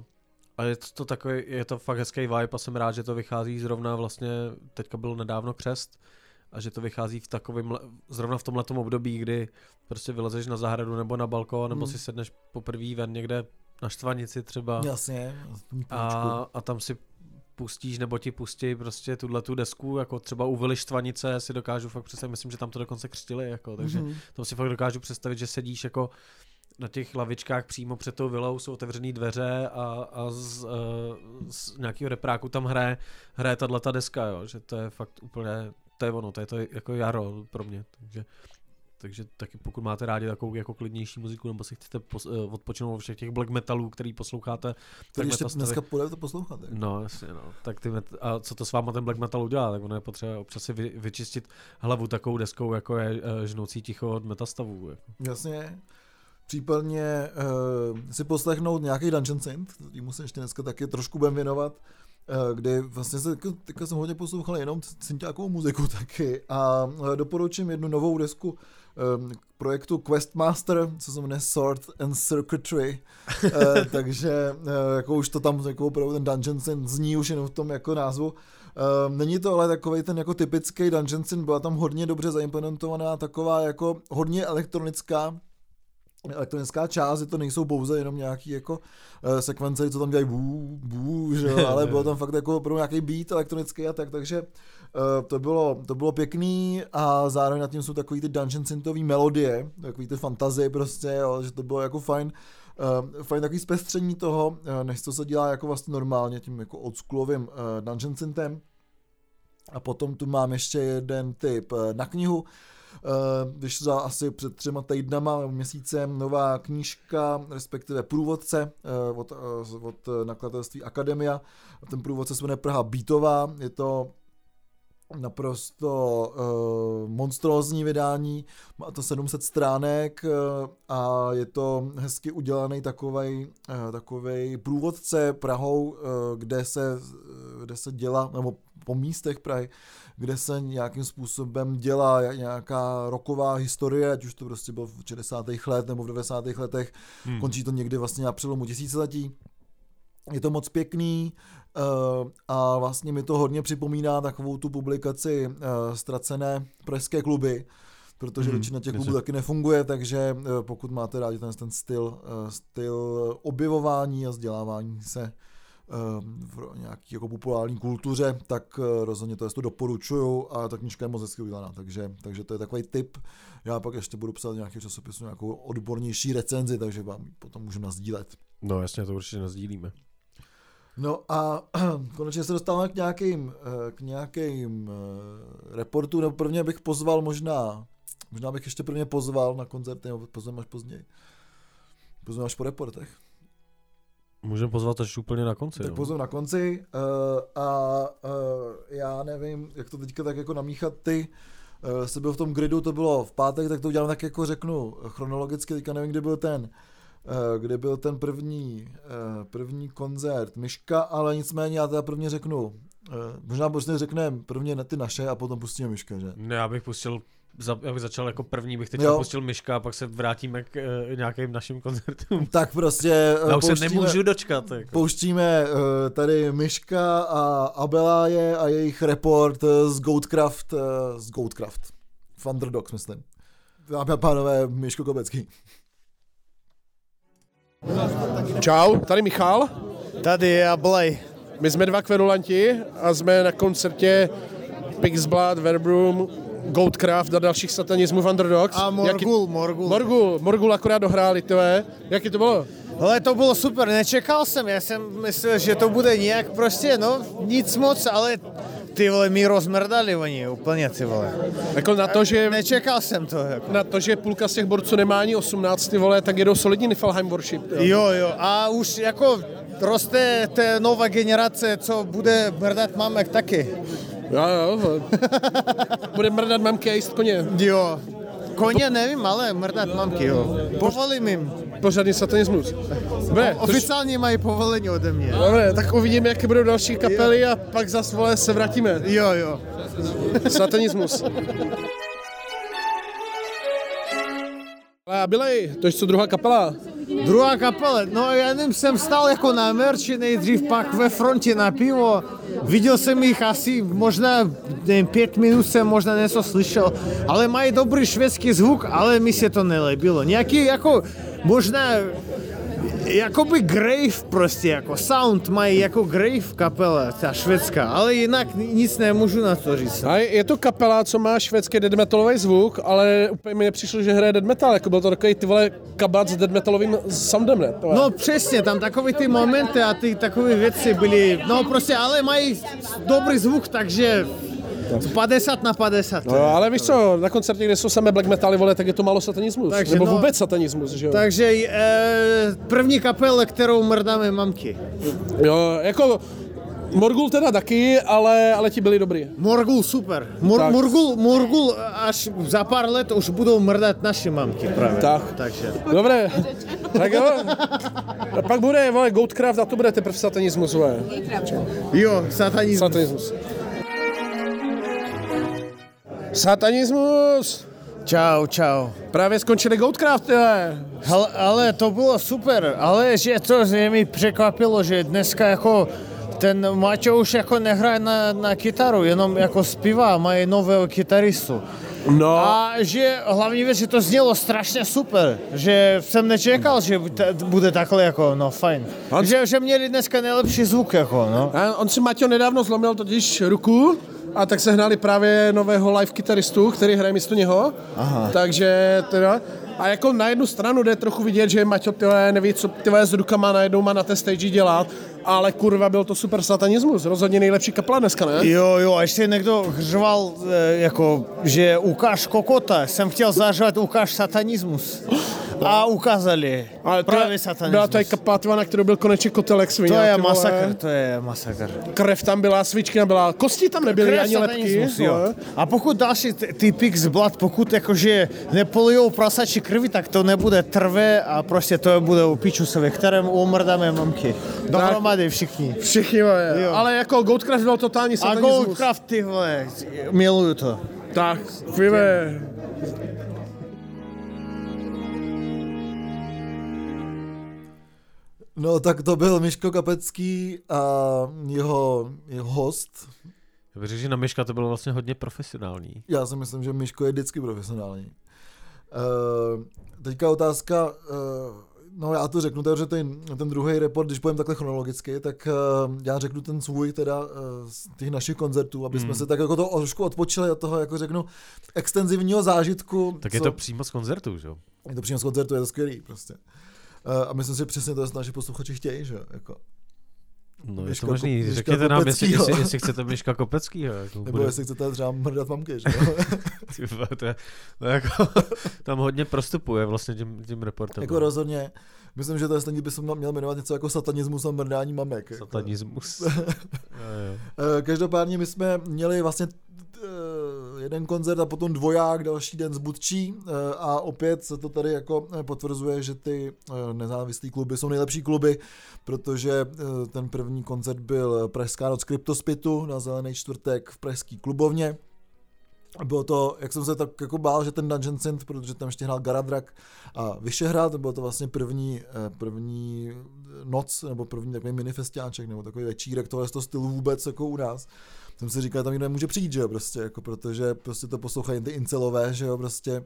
je to fakt hezký vibe, a jsem rád, že to vychází zrovna vlastně, teďka byl nedávno křest, a že to vychází zrovna v tomhletom období, kdy prostě vylezeš na zahradu nebo na balkón, nebo si sedneš poprvé ven někde na štvanici třeba. Jasně. A tam si pustíš, nebo ti pustí prostě tu desku, jako třeba u Vily Štvanice si dokážu fakt představit, myslím, že tam to dokonce křtili, jako, takže tam si fakt dokážu představit, že sedíš jako na těch lavičkách přímo před tou vilou, jsou otevřený dveře a z nějakého repráku tam hraje tato deska, jo, že to je fakt úplně, to je ono, to je to jako jaro pro mě, takže taky pokud máte rádi takovou jako klidnější muziku, nebo si chcete odpočinout od všech těch black metalů, který posloucháte. Který ještě dneska půjde to poslouchat. Tak. No, jasně, no. Tak a co to s váma ten black metal udělá? Tak ono je potřeba občas si vyčistit hlavu takovou deskou, jako je Žnoucí ticho od Metastavů. Jako. Jasně. Případně si poslechnout nějaký Dungeon Synth, kterýmu se ještě dneska taky trošku budeme věnovat, kdy vlastně teďka jsem hodně poslouchal jenom synťákovou muziku taky, a doporučím jednu novou desku projektu Questmaster, co se jmenuje Sword and Circuitry, takže jako už to tam jako opravdu ten Dungeon Synth zní už jenom v tom jako názvu. Není to ale takovej ten jako typický Dungeon Synth, byla tam hodně dobře zaimplementovaná, taková jako hodně elektronická část, to nejsou pouze jenom nějaký jako sekvence, co tam dělají že jo, ale bylo tam fakt jako opravdu nějaký beat elektronický a tak, takže to bylo pěkný, a zároveň nad tím jsou takový ty Dungeon Synthový melodie, takový ty fantazie prostě, jo, že to bylo jako fajn takový zpestření toho, než to se dělá jako vlastně normálně tím jako oldschoolovým Dungeon Synthem. A potom tu mám ještě jeden tip na knihu. Vyšla asi před 3 týdnama, měsícem, nová knížka, respektive průvodce od nakladatelství Akademia. Ten průvodce se jmenuje Praha beatová, je to naprosto monstrózní vydání, má to 700 stránek a je to hezky udělaný takovej průvodce Prahou, kde se děla, nebo po místech Prahy, kde se nějakým způsobem dělá nějaká rocková historie, ať už to prostě bylo v 60. let nebo v 90. letech, končí to někdy vlastně na přelomu tisíciletí. Je to moc pěkný a vlastně mi to hodně připomíná takovou tu publikaci Ztracené pražské kluby, protože většina těch klubů taky nefunguje, takže pokud máte rádi ten styl objevování a vzdělávání se v nějaké jako populární kultuře, tak rozhodně to doporučuju a ta knížka je moc hezky udělaná, takže to je takový tip. Já pak ještě budu psát nějaký časopisu, nějakou odbornější recenzi, takže vám potom můžu nasdílet. No jasně, to určitě nasdílíme. No a konečně se dostáváme k nějakým reportům, nebo prvně bych pozval možná bych ještě prvně pozval na koncerty, nebo pozvem až později. Pozvem až po reportech. Můžeme pozvat až úplně na konci. Tak pozvem na konci já nevím, jak to teďka tak jako namíchat ty. Jsi byl v tom gridu, to bylo v pátek, tak to udělám tak jako řeknu chronologicky, teďka nevím, kde byl ten první koncert Myška, ale nicméně já teda prvně řeknu, možná řekneme prvně ty naše a potom pustíme Myška, že? Ne, já bych začal jako první, bych teď pustil Myška a pak se vrátíme k nějakým našim koncertům. Tak prostě já už se nemůžu dočkat. Jako. Pouštíme tady Myška a Abeláje a jejich report z Goatcraft. Thunderdogs, myslím. Dámy a pánové, Miško Kopecký. Čau, tady Michal. Tady je Ablaj. My jsme dva kverulanti a jsme na koncertě Pixblood, Verbrum, Goatcraft a dalších satanismů Thunderdogs. A Morgul akorát dohráli, tvé. Jaký to bylo? Ale to bylo super, nečekal jsem, já jsem myslel, že to bude nějak prostě, nic moc, ale ty vole, mi rozmrdali oni úplně, ty vole. Jako na to, že... Nečekal jsem to. Jako. Na to, že půlka z těch borců nemá ani 18, ty vole, tak jedou solidní Niflheim worship. Jo, a už jako roste ta nová generace, co bude mrdat mamek taky. Jo. Bude mrdat mamky a jíst koně. Jo. Koně nevím, ale mrdat mamky, jo. Povolím jim. Pořádný satanismus. Dobre, oficiálně mají povolení ode mě. Dobre, tak uvidíme, jaké budou další kapely a pak zase, vole, se vrátíme. Jo. Satanismus. A Bilej, to je co druhá kapela? Druhá kapela, já nevím, jsem stál jako na merči nejdřív, pak ve frontě na pivo. Viděl jsem jich asi možná 5 minut jsem možná něco slyšel, ale mají dobrý švédský zvuk, ale mi se to nelíbilo. Nějaký jako možná jakoby Grave prostě, jako sound mají jako Grave kapela, ta švédská, ale jinak nic nemůžu na to říct. A je to kapela, co má švédský death metalový zvuk, ale úplně mi nepřišlo, že hraje death metal, jako byl to takový ty vole kabát s death metalovým soundem, ne? No přesně, tam takový ty momenty a ty takové věci byly, prostě, ale mají dobrý zvuk, takže 50/50. No, ale víš co, na koncertě, kde jsou samé black metaly, vole, tak je to málo satanismus. Takže, nebo vůbec satanismus, že jo? Takže první kapela, kterou mrdáme mamky. Jo, jako Morgul teda taky, ale ti byli dobrý. Morgul super. Morgul až za pár let už budou mrdat naše mamky právě. Takže. Dobré. Tak jo. A pak bude, vole, Goatcraft a to bude teprve satanismus, vole. Jo, satanismus. Satanismus! Čau. Právě skončili Goatcraft, ale to bylo super, ale že to mi překvapilo, že dneska jako ten Maťo už jako nehraje na kytaru, jenom jako zpívá, mají nového kytaristu. No. A že hlavní věc, že to znělo strašně super, že jsem nečekal, že bude takhle jako, fajn. Že měli dneska nejlepší zvuk, jako, A on si Maťo nedávno zlomil totiž ruku, a tak se hnali právě nového live kytaristu, který hraje místo něho. Aha. Takže teda... A jako na jednu stranu jde trochu vidět, že Maťo neví, co s rukama najednou má na té stage dělat, ale kurva, byl to super satanismus, rozhodně nejlepší kapela dneska, ne? Jo, a ještě někdo hřval, jako, že ukáž kokota, jsem chtěl zažívat ukáž satanismus. A ukázali. Ale Právě byla satanismus. to kapátva, na kterou byl konečně Kotelek svině. To je masakr. Krev tam byla, svička byla, kosti tam nebyly, ani lepky. Jo. A pokud další typik z Blood, pokud jakože nepolijou prasačí krvi, tak to nebude trvé a prostě to bude u pičusově, kterém umrdáme mamky. Dohromady všichni. Všichni, ale jako Goldcraft byl totální A satanismus. Goldcraft, ty vole, miluju to. Tak, víme. No tak to byl Miško Kapecký a jeho host. Já bych řekl, že na Miška to bylo vlastně hodně profesionální. Já si myslím, že Miško je vždycky profesionální. Teďka otázka, no já to řeknu, takže ten druhý report, když půjdeme takhle chronologicky, tak já řeknu ten svůj teda z těch našich koncertů, aby jsme se tak jako to trošku odpočili od toho, jako řeknu, extenzivního zážitku. Tak je to přímo z koncertu, že jo? Je to přímo z koncertu, je to skvělý prostě. A myslím si přesně to, že naši posluchači chtějí, že jako. No je to možný, řekněte nám, jestli chcete Miška Kopeckýho. Jako nebo jestli chcete třeba mrdat mamky, že jo. to jako, tam hodně prostupuje vlastně tím reportem. Jako rozhodně. Myslím, že to je by se měl jmenovat něco jako satanismus a mrdání mamek. Satanismus. Každopádně my jsme měli vlastně jeden koncert a potom dvoják, další den z Budčí a opět se to tady jako potvrzuje, že ty nezávislý kluby jsou nejlepší kluby, protože ten první koncert byl Pražská noc Kryptospitu na Zelený čtvrtek v pražský klubovně. Bylo to, jak jsem se tak jako bál, že ten Dungeon Synth, protože tam ještě hrál Garadrak a Vyšehrad, bylo to vlastně první noc, nebo první takový minifestiáček, nebo takový večírek tohle z toho stylu vůbec jako u nás. Jsem si říkal, tam nikdo nemůže přijít, že jo, prostě, jako protože prostě to poslouchají ty incelové, že jo, prostě.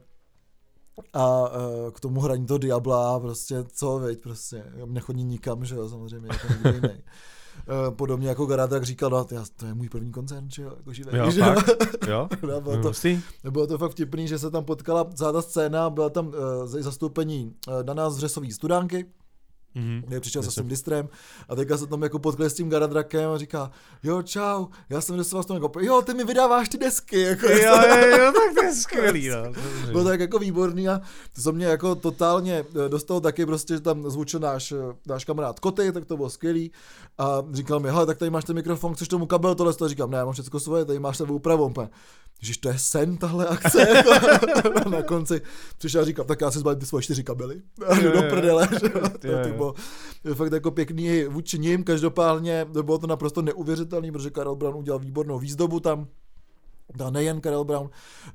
A k tomu hraní toho Diabla, prostě, co, veď, prostě, nechodí nikam, že jo, samozřejmě, jako nikdo jiný. Podobně jako Garadrak říkal, no, to je můj první koncert, že jo, jako živý. Jo, že fakt? Jo? Bylo to fakt vtipný, že se tam potkala celá ta scéna, byla tam zastoupení Dana z Řesový Studánky, přišel se svým distrem a teďka se tam jako potkali s tím Garadrakem a říká, jo, čau, já jsem Řesová Studánka, jo, ty mi vydáváš ty desky, jako. Jo, tak to je skvělý, no. Bylo tak jako výborný a to se mě jako totálně dostalo taky prostě, že tam zvučil náš kamarád Koty, tak to bylo skvělý a říkal mi, hele, tak tady máš ten mikrofon, chceš tomu kabel, tohle, říkám, ne, mám všechno svoje, tady máš sebou úpravu, Ježiš, to je sen, tahle akce, jako. Na konci přišel a říkal, tak já si zbalím ty svoje 4 kabely, do prdele, to bylo fakt jako pěkný vůči ním, každopádně bylo to naprosto neuvěřitelný, protože Karel Brown udělal výbornou výzdobu tam, a nejen Karel Brown,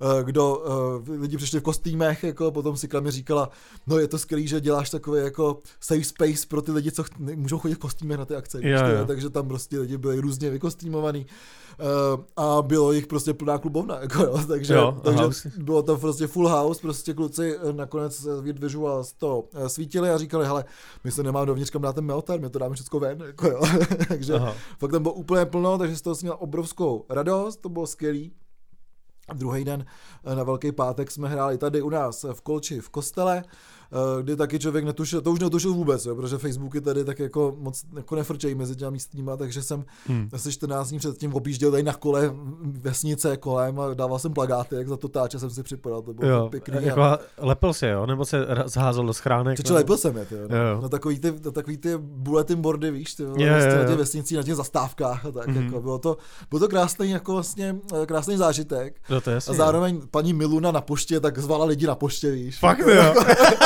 lidi přišli v kostýmech, jako, potom si Klami říkala, no je to skvělý, že děláš takový jako safe space pro ty lidi, co můžou chodit v kostýmech na ty akce, takže tam prostě lidi byli různě vykostýmovaný a bylo jich prostě plná klubovna, jako, jo, takže bylo to prostě full house, prostě kluci nakonec Visual to svítili a říkali, hele, my se nemáme dovnitř kam dát ten melter, my to dáme všechno ven, jako, jo. Takže fakt tam bylo úplně plno, takže z toho jsem měl obrovskou radost, to bylo skvělý. Druhý den na Velký pátek jsme hráli tady u nás v Kolči v kostele, kdy taky člověk netušil, to už netušil vůbec, jo, protože Facebooky tady tak jako moc jako nefrčejí mezi těmi místníma, takže jsem asi 14 dní předtím objížděl tady na kole vesnice kolem a dával jsem plakáty, jak za to táče jsem si připadal, to bylo pěkný. Jako lepil se, jo, nebo se zházel do schránek? Čiže lepil jsem je, no, takový ty bulletin boardy, víš, ty na těch vesnicích, na těch zastávkách a tak, jako bylo to krásný, jako vlastně krásný zážitek. No, to je a zároveň paní Miluna na poště tak zvala lidi na poště, víš. Fakt jo.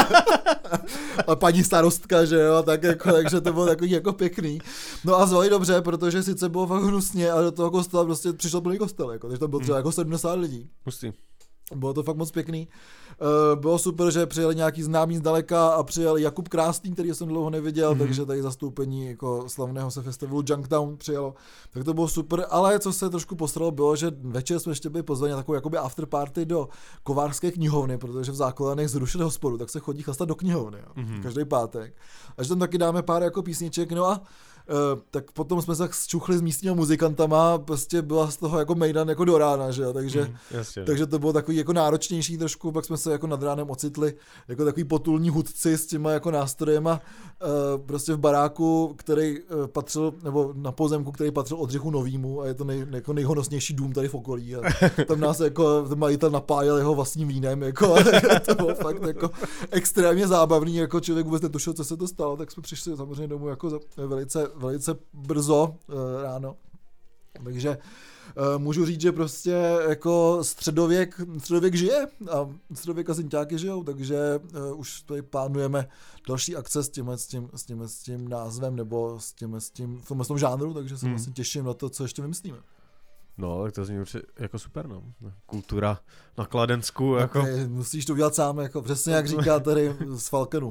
A paní starostka, že jo, tak jako, takže to bylo takový jako pěkný. No a zvali dobře, protože sice bylo fakt hnusně a do toho kostela prostě přišel plný kostel, jako, takže tam bylo třeba jako 70 lidí. Pustý. Bylo to fakt moc pěkný. Bylo super, že přijeli nějaký známý zdaleka a přijel Jakub Krásný, který jsem dlouho neviděl, takže tady zastoupení jako slavného se festivalu Junktown přijelo. Tak to bylo super, ale co se trošku posralo bylo, že večer jsme ještě byli pozvaní na takovou jakoby afterparty do Kovářské knihovny, protože v Zákolanech zrušili hospodu, tak se chodí chlastat do knihovny, každý pátek. A že tam taky dáme pár jako písniček, no a tak potom jsme se tak zčuchli s místními muzikantama, prostě byla z toho jako mejdan jako do rána, že jo, takže to bylo takový jako náročnější trošku, pak jsme se jako nad ránem ocitli jako takový potulní hudci s těma jako nástrojema prostě v baráku, který patřil, nebo na pozemku, který patřil Oldřichu Novýmu a je to jako nejhonosnější dům tady v okolí a tam nás jako majitel napájel jeho vlastním vínem, jako to bylo fakt jako extrémně zábavný, jako člověk vůbec netušil, co se to stalo, tak jsme přišli samozřejmě domů jako velice brzo ráno. Takže můžu říct, že prostě jako středověk žije a středověk a synťáky žijou, takže už tady plánujeme další akce s tím názvem nebo v tom žánru, takže se vlastně těším na to, co ještě vymyslíme. No, tak to zní určitě jako super, no. Kultura na Kladensku, jako. Okay, musíš to udělat sám, jako přesně jak říká tady z Falkenu.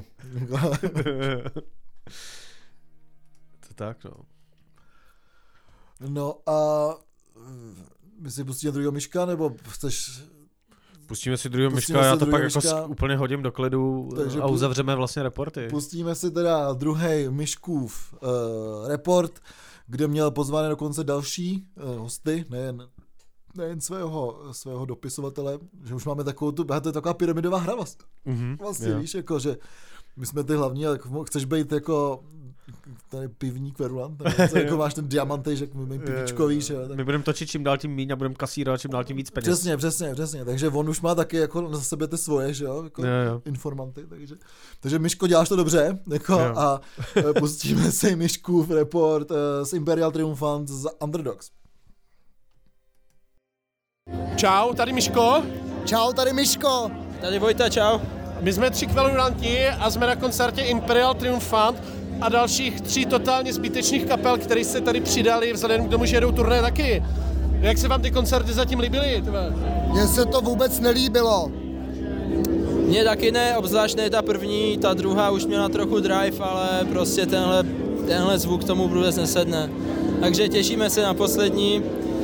To tak, no. No a my si pustíme druhého Myška, nebo chceš... Pustíme si druhého Myška, já to pak jako úplně hodím do klidu a uzavřeme vlastně reporty. Pustíme si teda druhý Myškův report, kde měl pozvané dokonce další hosty, nejen svého dopisovatele, že už máme takovou to je taková pyramidová hra vlastně. Vlastně víš, jako, že my jsme ty hlavní, ale chceš být jako tady pivní kverulant, jako máš ten diamantej, my pivičkový, že jo. My budeme točit čím dál tím míň a budeme kasírovat čím dál tím víc peněz. Přesně, takže on už má taky jako na sebe ty svoje, že jo, jako informanty, takže Myško, děláš to dobře, jako, a pustíme si Myškův report z Imperial Triumphant z Underdogs. Čau, tady Myško. Čau, tady Myško. Tady Vojta, čau. My jsme 3 kverulanti a jsme na koncertě Imperial Triumphant a dalších 3 totálně zbytečných kapel, které se tady přidali vzhledem k tomu, že jedou turné taky. Jak se vám ty koncerty zatím líbily? Mně se to vůbec nelíbilo. Mně taky ne, obzvlášť ne ta první, ta druhá už měla trochu drive, ale prostě tenhle zvuk tomu vůbec nesedne. Takže těšíme se na poslední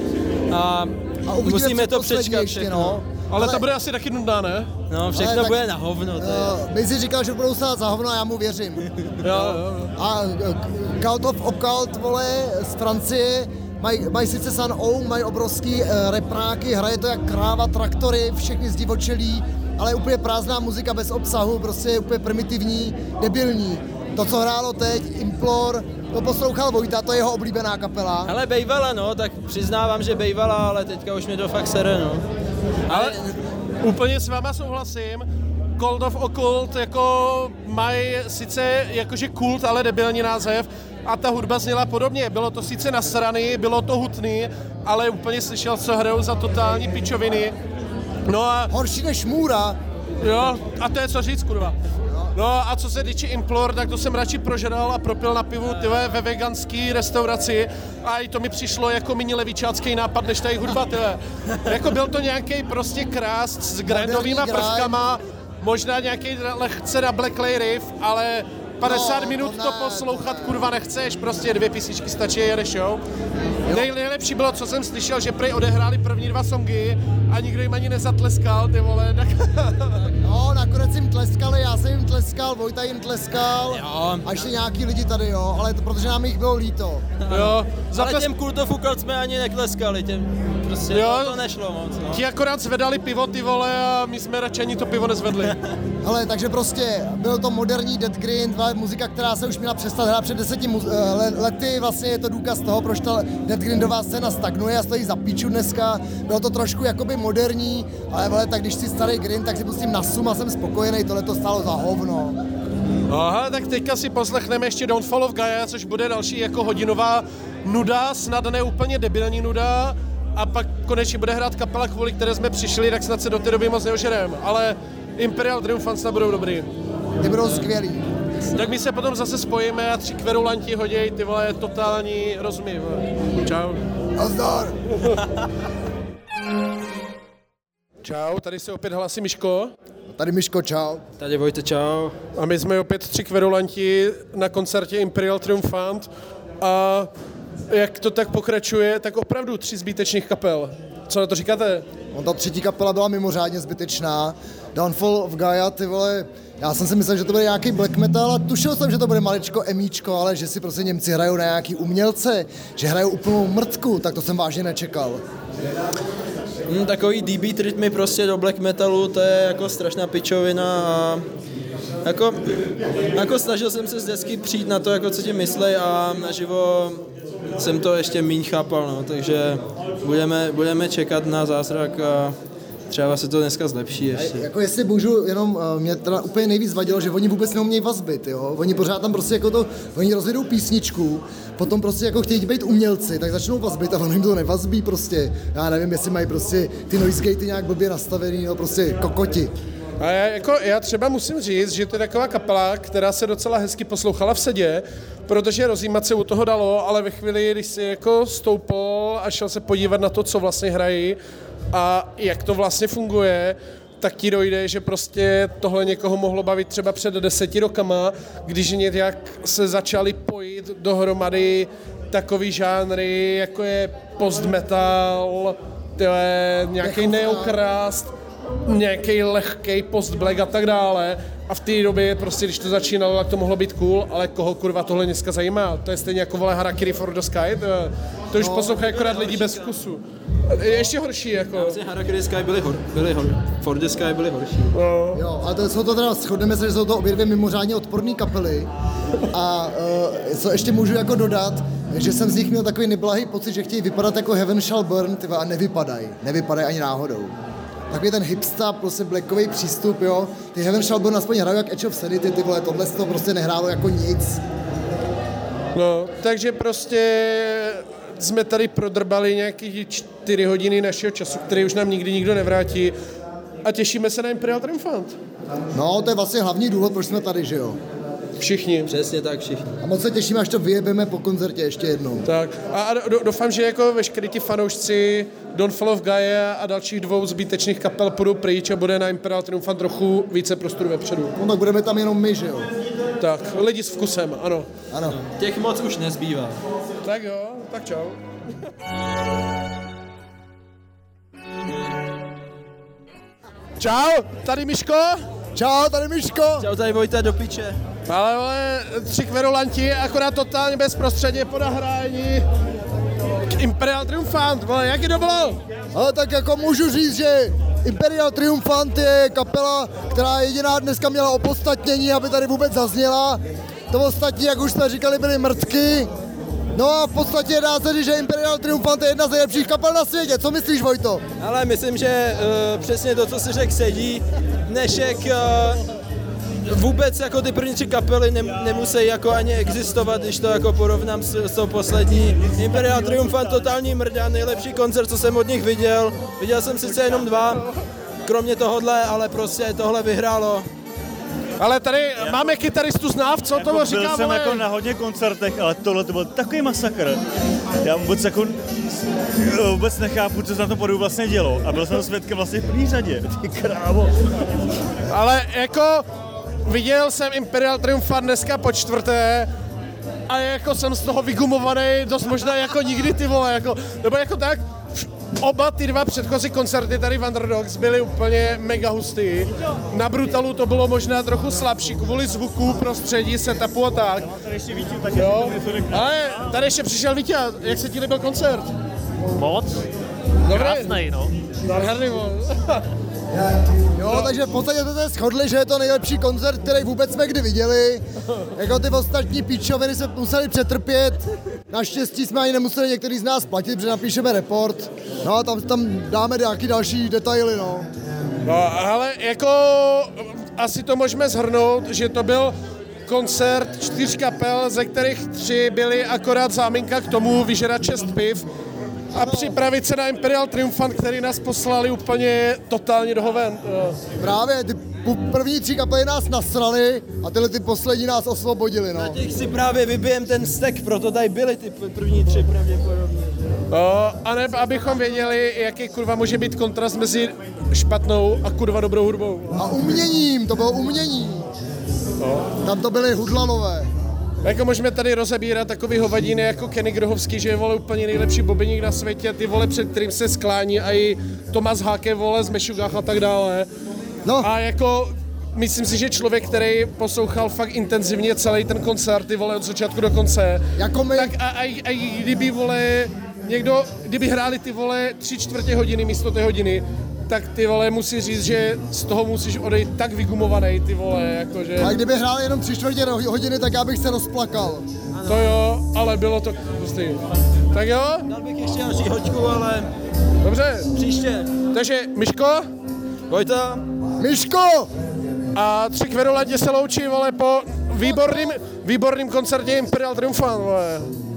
a musíme to přečkat všechno. No. Ale ta bude asi taky nudná, ne? No, všechno tak, bude na hovno. My si říkal, že budou stát za hovno a já mu věřím. Jo. A Cult of Occult, vole, z Francie, mají sice Sun Ohm, mají obrovský repráky, hraje to jak kráva, traktory, všechny zdivočelí, ale úplně prázdná muzika bez obsahu, prostě je úplně primitivní, debilní. To, co hrálo teď, Implore, to poslouchal Vojta, to je jeho oblíbená kapela. Hele, bejvala, no, tak přiznávám, že bejvala, ale teďka už mi to fakt sere, no. Ale úplně s váma souhlasím. Cult of Occult jako mají sice jakože kult, ale debilní název a ta hudba zněla podobně. Bylo to sice nasraný, bylo to hutný, ale úplně slyšel, co hrajou za totální pičoviny. No a... Horší než Můra. Jo, a to je co říct, kurva. No a co se týče Implore, tak to jsem radši prožral a propil na pivu ve veganský restauraci a i to mi přišlo jako méně levičácký nápad, než tady hudba, Jako byl to nějaký prostě krást s grindovýma prvkama, možná nějaký lehce na Black Clay riff, ale 50 minut to poslouchat kurva nechceš, prostě 2 písničky stačí, jedeš, jo. Nejlepší bylo, co jsem slyšel, že prej odehráli první 2 songy a nikdo jim ani nezatleskal, ty vole. No, nakonec jim tleskali, já jsem jim tleskal, Vojta jim tleskal jo. A ještě nějaký lidi tady, jo, ale to protože nám jich bylo líto. Jo. Ale těm Cult of Occult jsme ani netleskali, těm prostě jo. To nešlo moc, no. Ti akorát zvedali pivo, ty vole, a my jsme radši ani to pivo nezvedli. Ale takže prostě byl to moderní Dead Grind, muzika, která se už měla přestat hrát před 10 lety, vlastně je to důkaz toho, proč ta Dead Grindová scéna stagnuje a stojí za píču dneska. Bylo to trošku jakoby moderní, ale vole, tak když si starý grind, tak si pustím na sum a jsem spokojený, tohle to stálo za hovno. Aha, tak teďka si poslechneme ještě Downfall of Gaia, což bude další jako hodinová nuda, snad ne úplně debilní nuda, a pak konečně bude hrát kapela, kvůli které jsme přišli, tak snad se do té doby moc neožerem, ale Imperial Triumphant snad budou dobrý. Ty budou skvělý. Tak my se potom zase spojíme a 3 kverulanti hoděj, ty vole, totální rozumí. Čau. Nazdar. Čau, tady se opět hlásí Myško. Tady Myško, čau. Tady Vojta, čau. A my jsme opět 3 kverulanti na koncertě Imperial Triumphant a jak to tak pokračuje, tak opravdu 3 zbytečných kapel. Co na to říkáte? Ta třetí kapela byla mimořádně zbytečná. Downfall of Gaia, ty vole, já jsem si myslel, že to bude nějaký black metal a tušil jsem, že to bude maličko emíčko, ale že si prostě Němci hrajou na nějaký umělce, že hrajou úplnou mrtku, tak to jsem vážně nečekal. Takový D-beat rytmy prostě do black metalu, to je jako strašná pičovina a jako snažil jsem se z desky přijít na to, jako co ti myslej a naživo jsem to ještě míň chápal, no, takže budeme čekat na zázrak a třeba se to dneska zlepší ještě. Jako jestli můžu, jenom mě teda úplně nejvíc vadilo, že oni vůbec neumějí vazbit, jo. Oni pořád tam prostě jako to, oni rozjedou písničku, potom prostě jako chtějí být umělci, tak začnou vazbit a ono jim to nevazbí prostě. Já nevím, jestli mají prostě ty noise gatey nějak blbě nastavený, no prostě kokoti. A já třeba musím říct, že to je taková kapela, která se docela hezky poslouchala v sedě, protože rozjímat se u toho dalo, ale ve chvíli, když si jako stoupil a šel se podívat na to, co vlastně hrají a jak to vlastně funguje, tak ti dojde, že prostě tohle někoho mohlo bavit třeba před 10 rokama, když nějak se začaly pojít dohromady takový žánry, jako je post-metal, nějaký neokrast, nějaký lehkej post-black a tak dále. A v té době prostě, když to začínalo, tak to mohlo být cool, ale koho kurva tohle dneska zajímá? To je stejně jako vole Harakiri for the Sky, to už poslouchají akorát lidi bez vkusu. Je ještě horší, jako. Harakiri Sky byly for the Sky byly horší. No. Jo, ale to jsou to teda, shodneme se, že jsou to obě dvě mimořádně odporné kapely. A co ještě můžu jako dodat, že jsem z nich měl takový neblahý pocit, že chtějí vypadat jako Heaven Shall Burn, tyva, a nevypadají ani náhodou. Takový ten hipster, prostě blackový přístup, jo. Ty Heaven Shall Burn aspoň hrajou jak Edge of Sanity, ty vole, tohle to prostě nehrálo jako nic. No, takže prostě jsme tady prodrbali nějaký 4 hodiny našeho času, který už nám nikdy nikdo nevrátí a těšíme se na Imperial Triumphant. No, to je vlastně hlavní důvod, proč jsme tady, že jo. Všichni. Přesně tak, všichni. A moc se těšíme, až to vyjebeme po koncertě ještě jednou. Tak a doufám, že jako veškerý ti fanoušci Downfall of Gaia a dalších 2 zbytečných kapel půjdou pryč a bude na Imperial Triumphant trochu více prostoru vepředu. No tak budeme tam jenom my, že jo. Tak, lidi s vkusem, ano. Ano. Těch moc už nezbývá. Tak jo, tak čau. Čau, tady Miško. Čau, tady Miško. Čau, tady Vojta do piče. Ale vole, 3 kverulanti, akorát totálně bezprostředně po nahrání k Imperial Triumphant, vole, jaký to bylo? Ale tak jako můžu říct, že Imperial Triumphant je kapela, která jediná dneska měla opodstatnění, aby tady vůbec zazněla. To ostatní, jak už jsme říkali, byly mrtky. No a v podstatě dá se říct, že Imperial Triumphant je jedna z nejlepších kapel na světě. Co myslíš, Vojto? Ale myslím, že přesně to, co si řekl, sedí. Dnešek vůbec jako ty první 3 kapely nemusí jako ani existovat, když to jako porovnám s tou poslední. Imperial Triumphant totální mrda, nejlepší koncert, co jsem od nich viděl. Viděl jsem sice jenom 2, kromě tohohle, ale prostě tohle vyhrálo. Ale tady máme kytaristu Znáv, co jako to říká, byl jsem vole? jako na hodně koncertech, ale tohle to byl takový masakr. Já vůbec nechápu, co se na tom podu vlastně dělo. A byl jsem svědkem vlastně v první řadě. Ty krávo. Ale jako viděl jsem Imperial Triumphant dneska po 4. a jako jsem z toho vygumovaný dost možná jako nikdy, ty vole, jako, nebo jako tak. Oba ty 2 předchozí koncerty tady v Underdogs byly úplně mega hustý. Na Brutalu to bylo možná trochu slabší kvůli zvuku, prostředí, setupu a tak. Tady ještě Vítěl, tak Jo, ale tady ještě přišel Vítě, jak se ti líbil koncert? moc. Dobrý. Krásnej, no. Nádherný, Jo, takže v podstatě jsme se shodli, že je to nejlepší koncert, který vůbec jsme kdy viděli. Jako ty ostatní píčoviny se museli přetrpět. Naštěstí jsme ani nemuseli některý z nás platit, protože napíšeme report. No a tam dáme nějaký další detaily, no. No, ale jako asi to můžeme shrnout, že to byl koncert 4 kapel, ze kterých 3 byly akorát záminka k tomu vyžerat 6 piv a připravit se na Imperial Triumphant, který nás poslali úplně totálně do hoven. Právě ty první 3 kapely nás nasrali a tyhle ty poslední nás osvobodili, no. Na těch si právě vybijem ten stek, proto tady byly ty první 3 pravděpodobně. No, a ne, abychom věděli, jaký kurva může být kontrast mezi špatnou a kurva dobrou hudbou. A uměním, to bylo umění. No. Tam to byly hudlalové. Jako můžeme tady rozebírat takový hovadiny jako Kenny Grohovský, že je vole úplně nejlepší bobeník na světě, ty vole před kterým se sklání a i Tomas Hake vole z Mešugách a tak dále. No. A jako myslím si, že člověk, který poslouchal fakt intenzivně celý ten koncert, ty vole od začátku do konce, Jako my. tak a kdyby vole někdo, kdyby hráli ty vole 3/4 hodiny místo té hodiny, tak ty vole musí říct, že z toho musíš odejít tak vygumovaný, ty vole, jakože... A kdyby hráli jenom 3/4 hodiny, tak já bych se rozplakal. To jo, ale bylo to prostě. Tak jo? Dal bych ještě další hoďku, ale Dobře, příště. takže Miško Vojta. Miško! a 3 kverulanti se loučí, vole, po výborným koncertě Imperial Triumphant, vole.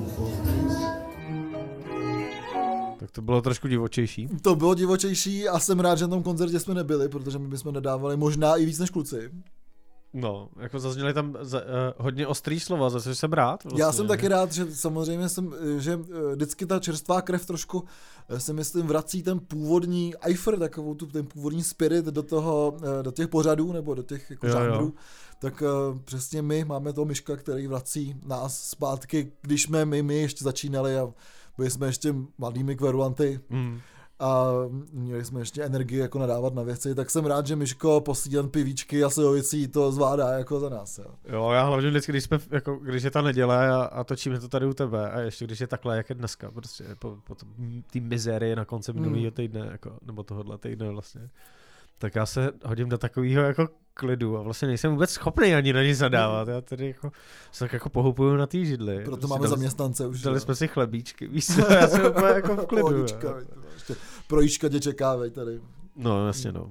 Tak to bylo trošku divočejší. To bylo divočejší a jsem rád, že na tom koncertě jsme nebyli, protože my bychom nedávali možná i víc než kluci. No, jako zazněly tam hodně ostrý slova, zase jsem rád. Vlastně. Já jsem taky rád, že samozřejmě že vždycky ta čerstvá krev trošku si myslím vrací ten původní eifer, takovou ten původní spirit do těch pořadů nebo do těch jako žánrů. Tak přesně my máme toho Miška, který vrací nás zpátky, když jsme my ještě začínali a byli jsme ještě mladými kverulanty. A měli jsme ještě energii jako nadávat na věci, tak jsem rád, že Miško posílen pivíčky a slivovicí to zvládá jako za nás. Jo, já hlavně vždycky, když je ta neděle a točíme to tady u tebe a ještě když je takhle, jak je dneska, prostě po té mizérii na konci minulého týdne, jako, nebo tohohle týdne vlastně, tak já se hodím do takového jako klidu a vlastně nejsem vůbec schopný ani na ní zadávat. Já tady jako se tak jako pohupuju na té židli. Proto prostě máme zaměstnance už. Dali jsme si chlebíčky, víš co, já jsem úplně jako v klidu. Projíčka tě čeká, tady. No, jasně, no.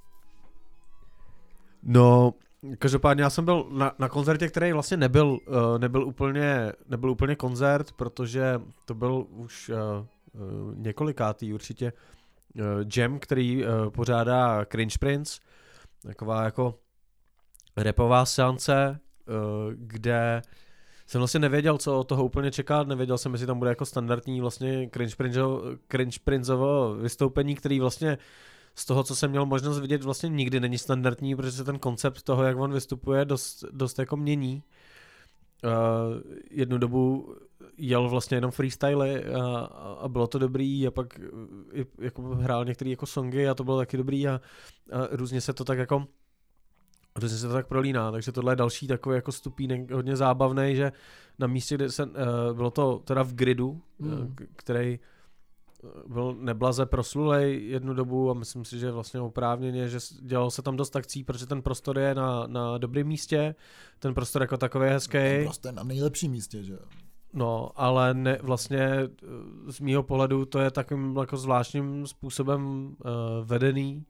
No, každopádně já jsem byl na koncertě, který vlastně nebyl úplně koncert, protože to byl už několikátý určitě jam, který pořádá Cringe Prince, taková jako rapová seance, kde jsem vlastně nevěděl, co od toho úplně čekat, nevěděl jsem, jestli tam bude jako standardní vlastně Cringe Princeovo vystoupení, který vlastně z toho, co jsem měl možnost vidět, vlastně nikdy není standardní, protože se ten koncept toho, jak on vystupuje, dost jako mění. Jednu dobu jel vlastně jenom freestyly a bylo to dobrý a pak jako hrál některé jako songy a to bylo taky dobrý a různě se to tak prolíná, takže tohle je další takový jako stupínek hodně zábavný, že na místě, kde bylo to teda v gridu, který byl neblaze proslulej jednu dobu a myslím si, že vlastně oprávněně, že dělalo se tam dost akcí, protože ten prostor je na dobrém místě, ten prostor jako takový je hezký. Ten prostor je na nejlepším místě, že jo. No, ale ne, vlastně z mýho pohledu to je takovým jako zvláštním způsobem vedený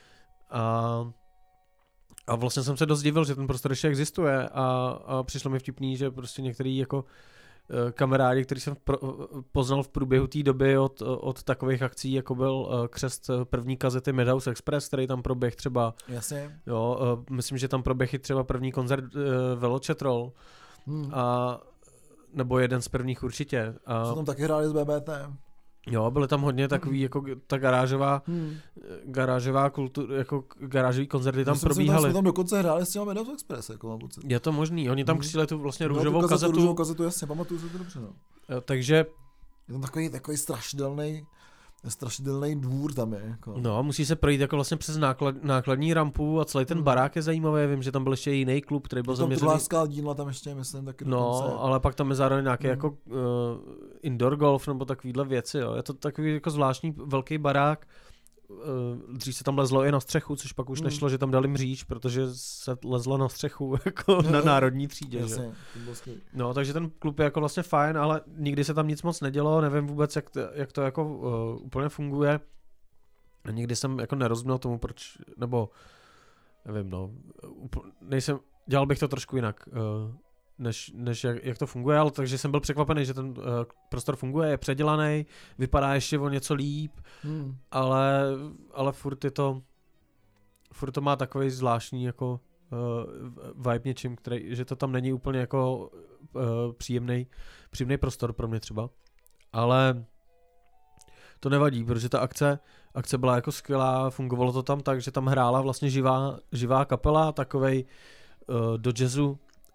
a vlastně jsem se dost divil, že ten prostor ještě existuje a přišlo mi vtipný, že prostě některý jako kamarádi, který jsem poznal v průběhu té doby od takových akcí, jako byl křest první kazety Madhouse Express, který tam proběh třeba. Jasně. Jo, myslím, že tam proběh i třeba první koncert Velocetrol a nebo jeden z prvních určitě. Co tam taky hráli z BBT? Jo, byly tam hodně takový jako ta garážová kultura, jako garážový koncerty tam probíhaly. Jsme tam dokonce hráli s těma Madhouse Express, jako mám pocit. Je to možný, oni tam křtili tu vlastně růžovou kazetu. Růžovou kazetu, jasně, pamatuju se to dobře, no. Takže je tam takový strašidelný dvůr tam je. Jako. No, musí se projít jako vlastně přes nákladní rampu a celý ten barák je zajímavý. Vím, že tam byl ještě jiný klub, který byl zaměřený. Tudlářská dílna tam ještě, myslím, taky dokonce. No, ale pak tam je zároveň nějaký jako indoor golf nebo takovýhle věci. Jo. Je to takový jako zvláštní velký barák. Dřív se tam lezlo i na střechu, což pak už nešlo, že tam dali mříč, protože se lezlo na střechu jako na národní třídě. Jasně, no, takže ten klub je jako vlastně fajn, ale nikdy se tam nic moc nedělo, nevím vůbec, jak to jako úplně funguje. Nikdy jsem jako nerozuměl tomu, proč, nebo nevím, no, dělal bych to trošku jinak, než jak to funguje, ale takže jsem byl překvapený, že ten prostor funguje, je předělaný, vypadá ještě o něco líp, ale furt to má takový zvláštní jako vibe něčím, že to tam není úplně jako příjemný prostor pro mě třeba, ale to nevadí, protože ta akce byla jako skvělá, fungovalo to tam tak, že tam hrála vlastně živá kapela, takovej do jazzu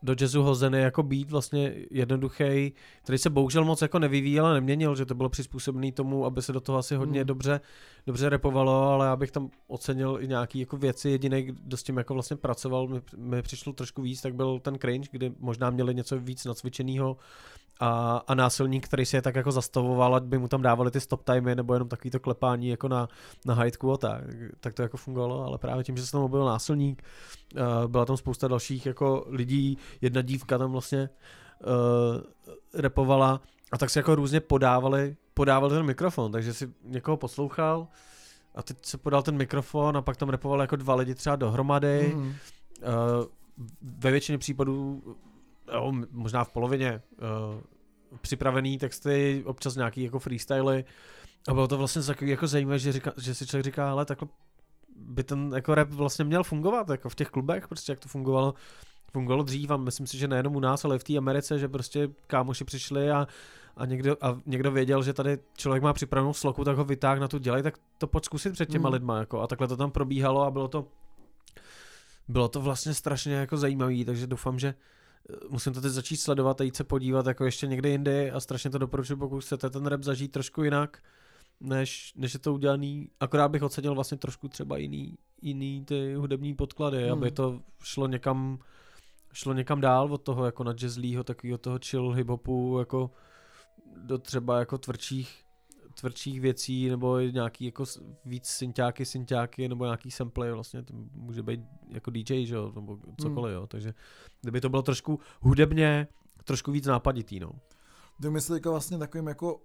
do jazzu hozený jako beat vlastně jednoduchý, který se bohužel moc jako nevyvíjel a neměnil, že to bylo přizpůsobený tomu, aby se do toho asi hodně dobře rapovalo, ale já bych tam ocenil i nějaký jako věci. Jediný, kdo s tím jako vlastně pracoval, mi přišlo trošku víc, tak byl ten Cringe, kdy možná měli něco víc nacvičenýho a násilník, který se je tak jako zastavoval, ať by mu tam dávali ty stop timey nebo jenom takový to klepání jako na hightku a tak to jako fungovalo, ale právě tím, že se tam objevil násilník, byla tam spousta dalších jako lidí, jedna dívka tam vlastně rapovala a tak se jako různě podávali ten mikrofon, takže si někoho poslouchal a teď se podal ten mikrofon a pak tam rapovali jako dva lidi třeba dohromady. Ve většině případů možná v polovině připravený texty, občas nějaký jako freestyly a bylo to vlastně takový jako zajímavé, že si člověk říká, ale takhle by ten jako rap vlastně měl fungovat jako v těch klubech, prostě jak to fungovalo dřív a myslím si, že nejenom u nás, ale i v té Americe, že prostě kámoši přišli a někdo věděl, že tady člověk má připravenou sloku, tak ho vytáhne na tu dělej, tak to pojď zkusit před těma lidma jako, a takhle to tam probíhalo a bylo to vlastně strašně jako zajímavý, takže doufám, že musím to teď začít sledovat a jít se podívat jako ještě někde jindy a strašně to doporučuji, pokud chcete ten rap zažít trošku jinak, než je to udělaný. Akorát bych ocenil vlastně trošku třeba jiný ty hudební podklady, aby to šlo někam dál od toho jako na jazzlýho, takového toho chill hiphopu jako do třeba jako tvrdších věcí nebo nějaký jako víc synťáky nebo nějaký sample, vlastně to může být jako DJ, že jo, nebo cokoliv, jo, takže kdyby to bylo trošku hudebně, trošku víc nápaditý, no. To my se vlastně takovým jako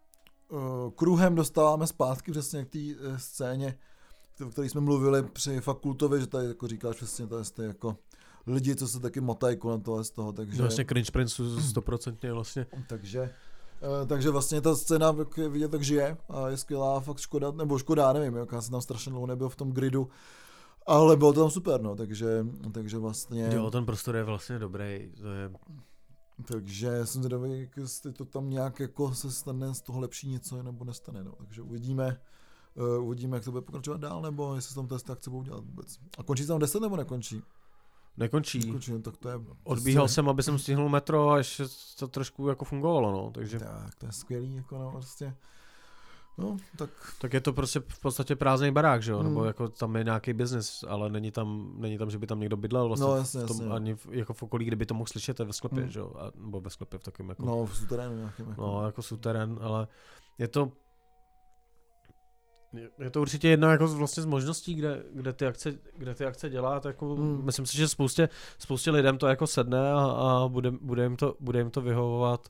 kruhem dostáváme zpátky přesně k té scéně, o které jsme mluvili při fakultově, že tady jako říkáš přesně, to je jako lidi, co se taky motají kolem toho z toho, takže... No vlastně Cringe Prince 100% vlastně. Takže vlastně ta scéna vidět tak žije a je skvělá, fakt škoda, nevím, jak já jsem tam strašně dlouho nebyl v tom gridu, ale bylo to tam super, no, takže vlastně... Jo, ten prostor je vlastně dobrý, to je... Takže jsem zvědavý, jestli to tam nějak jako se stane z toho lepší něco, nebo nestane, no, takže uvidíme, jak to bude pokračovat dál, nebo jestli se tam testy akce budou dělat vůbec. A končí tam 10 nebo nekončí? Nekončí. No, tak to je... Odbíhal jsem, aby jsem stihnul metro a ještě to trošku jako fungovalo, no, takže... Tak, to je skvělý, jako no, prostě... No, tak je to prostě v podstatě prázdný barák, že jo, nebo jako tam je nějaký biznis, ale není tam, že by tam někdo bydlel vlastně no, jasně, v tom, ani jako v okolí, kdyby to mohl slyšet, ve sklepě, že jo, nebo ve sklepě v takovém jako... No, v suterénu nějakým. Jako. No, jako suterén, ale je to určitě jedna jako vlastně z možností, kde ty akce dělat, jako myslím si, že spoustě lidem to jako sedne a bude jim to vyhovovat.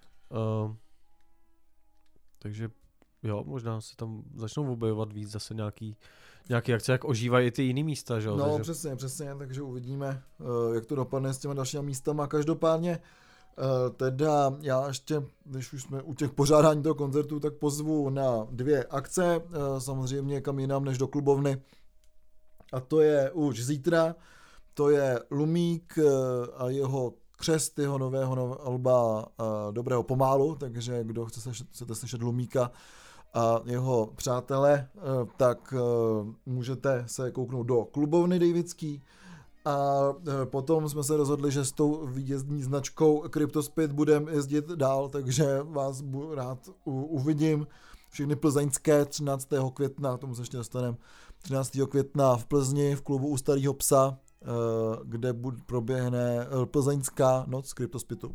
Takže jo, možná se tam začnou objevovat víc zase nějaký akce, jak ožívají ty jiný místa, že jo? No, přesně, takže uvidíme, jak to dopadne s těma dalšíma místama. Každopádně teda já ještě, když už jsme u těch pořádání toho koncertu, tak pozvu na 2 akce, samozřejmě kam jinam než do klubovny. A to je už zítra, to je Lumík a jeho křest, jeho nového alba Dobrého pomálu, takže kdo chcete slyšet Lumíka a jeho přátelé, tak můžete se kouknout do klubovny Davidský. A potom jsme se rozhodli, že s tou výjezdní značkou CryptoSpit budeme jezdit dál, takže vás rád uvidím. Všechny plzeňské 13. května, tomu se ještě dostaneme, 13. května v Plzni v klubu u Starého psa, kde proběhne plzeňská noc CryptoSpitu.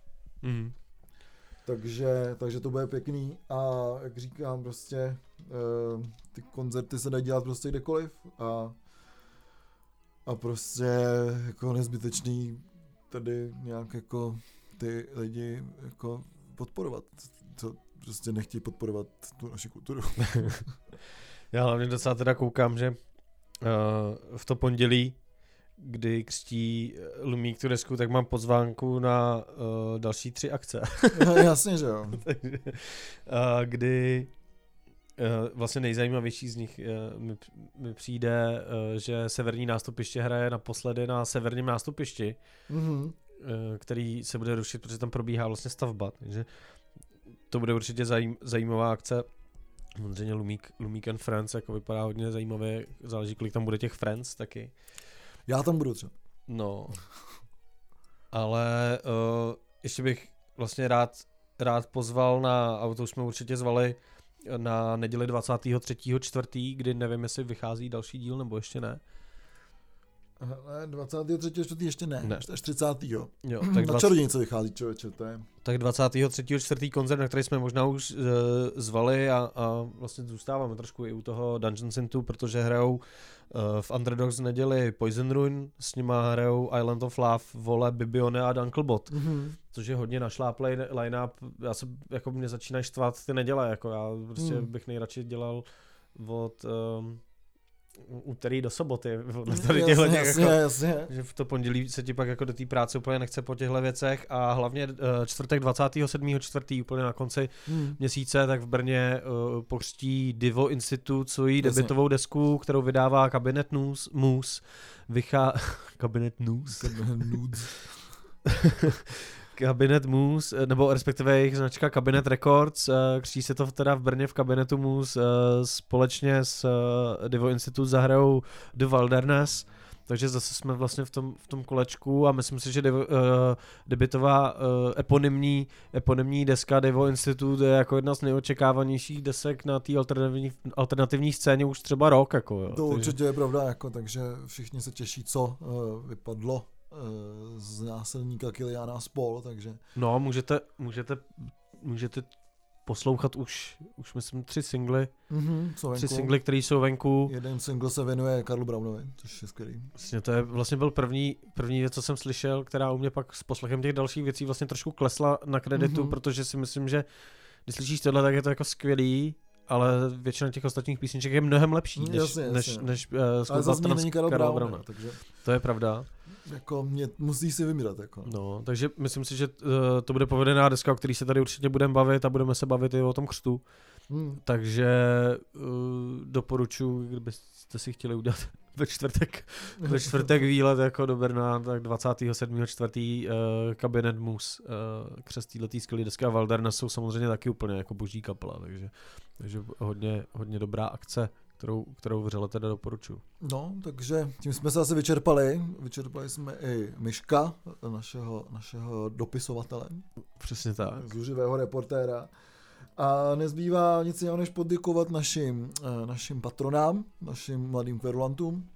Takže to bude pěkný a jak říkám, prostě ty koncerty se dají dělat prostě kdekoliv a prostě jako nezbytečný tady nějak jako ty lidi jako podporovat, co prostě nechtějí podporovat tu naši kulturu. Já hlavně docela teda koukám, že v to pondělí, kdy křtí Lumík tu desku, tak mám pozvánku na další 3 akce. Jasně, že jo. Takže, kdy vlastně nejzajímavější z nich mi přijde, že Severní nástupiště hraje naposledy na Severním nástupišti, který se bude rušit, protože tam probíhá vlastně stavba, takže to bude určitě zajímavá akce. Samozřejmě Lumík and Friends jako vypadá hodně zajímavě, záleží, kolik tam bude těch Friends taky. Já tam budu třeba. No. Ale ještě bych vlastně rád pozval a to jsme určitě zvali na neděli 23.4., kdy nevím, jestli vychází další díl, nebo ještě ne. 23.4. ještě ne, až 30. Jo, tak na Čarodějnice vychází, člověče, to je. Tak 23.4. koncert, na který jsme možná už zvali a vlastně zůstáváme trošku i u toho Dungeon Syntu, protože hrajou v Underdogs neděli Poison Ruin, s nima hrajou Island of Love, Vole, Bibione a Dunklebot, což je hodně našláplej line-up. Já se, jako mě začínají štvat ty neděle, jako já prostě bych nejradši dělal od úterý do soboty, jasně. Že v to pondělí se ti pak jako do té práce úplně nechce po těchto věcech a hlavně čtvrtek 27.4. úplně na konci měsíce, tak v Brně pokřtí Divo Institute svoji debutovou desku, kterou vydává Cabinet Moose. Cabinet Moose, nebo respektive jejich značka Cabinet Records, křtí se to teda v Brně v Cabinetu Moose, společně s Divo Institute zahrajou The Wilderness, takže zase jsme vlastně v tom kolečku a myslím si, že debutová eponymní deska Divo Institute je jako jedna z nejočekávanějších desek na té alternativní scéně už třeba rok. Jako, jo. To určitě je pravda, jako, takže všichni se těší, co vypadlo z násilníka Kiliana Spol, takže... No, můžete poslouchat už myslím 3 singly, 3 singly, které jsou venku. Jeden single se věnuje Karlu Brownovi, což je skvělý. Vlastně to je vlastně byl první věc, co jsem slyšel, která u mě pak s poslechem těch dalších věcí vlastně trošku klesla na kreditu, protože si myslím, že když slyšíš tohle, tak je to jako skvělý, ale většina těch ostatních písniček je mnohem lepší, než ale zase není Karel Brown, takže... To je pravda. Jako musí si vymírat. Jako. No, takže myslím si, že to bude povedená deska, o který se tady určitě budeme bavit a budeme se bavit i o tom křtu. Takže doporučuji, kdybyste si chtěli udělat ve čtvrtek výlet jako do Brna, tak 27.4. Cabinet Moose, křest této skvělé desky a Wilderness jsou samozřejmě taky úplně jako boží kapela, takže hodně dobrá akce, kterou vřele teda doporučuji. No, takže tím jsme se asi vyčerpali. Vyčerpali jsme i Myška, našeho dopisovatele. Přesně tak. Zuřivého reportéra. A nezbývá nic jiného, než poděkovat našim patronám, našim mladým kverulantům,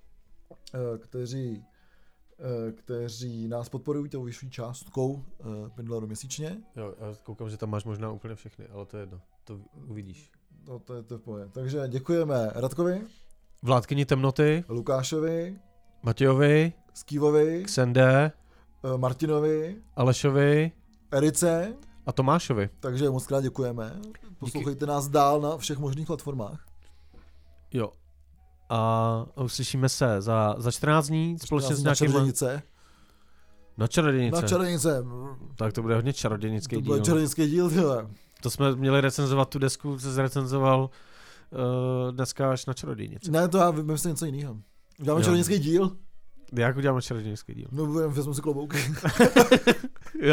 kteří nás podporují tou vyšší částkou $5 měsíčně. Jo, já koukám, že tam máš možná úplně všechny, ale to je jedno, to uvidíš. No, to je v pohodě. Takže děkujeme Radkovi, Vládkyni temnoty, Lukášovi, Matějovi, Skývovi, Xende, Martinovi, Alešovi, Erice a Tomášovi. Takže moc krát děkujeme. Poslouchejte nás dál na všech možných platformách. Jo. A uslyšíme se za 14 dní společně s nějakým... Na Čarodějnice. Tak to bude hodně čarodějnický díl. To bude čarodějnický díl, tyhle. To jsme měli recenzovat tu desku, co jsi recenzoval dneska až na Čarodějnice. Ne, to já vymyslím něco jiného. Uděláme čarodějnický díl. Jak uděláme čarodějnický díl? No, vezmu si klobouky. jo.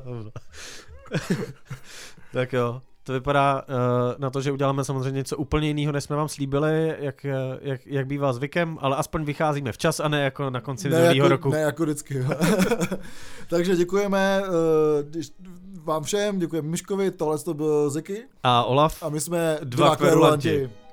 Tak jo. To vypadá na to, že uděláme samozřejmě něco úplně jiného, než jsme vám slíbili, jak bývá zvykem, ale aspoň vycházíme včas a ne jako na konci minulého roku. Ne jako vždycky. Takže děkujeme vám všem, děkujeme Myškovi, tohle to byl Zeky. A Olaf. A my jsme dva kverulanti.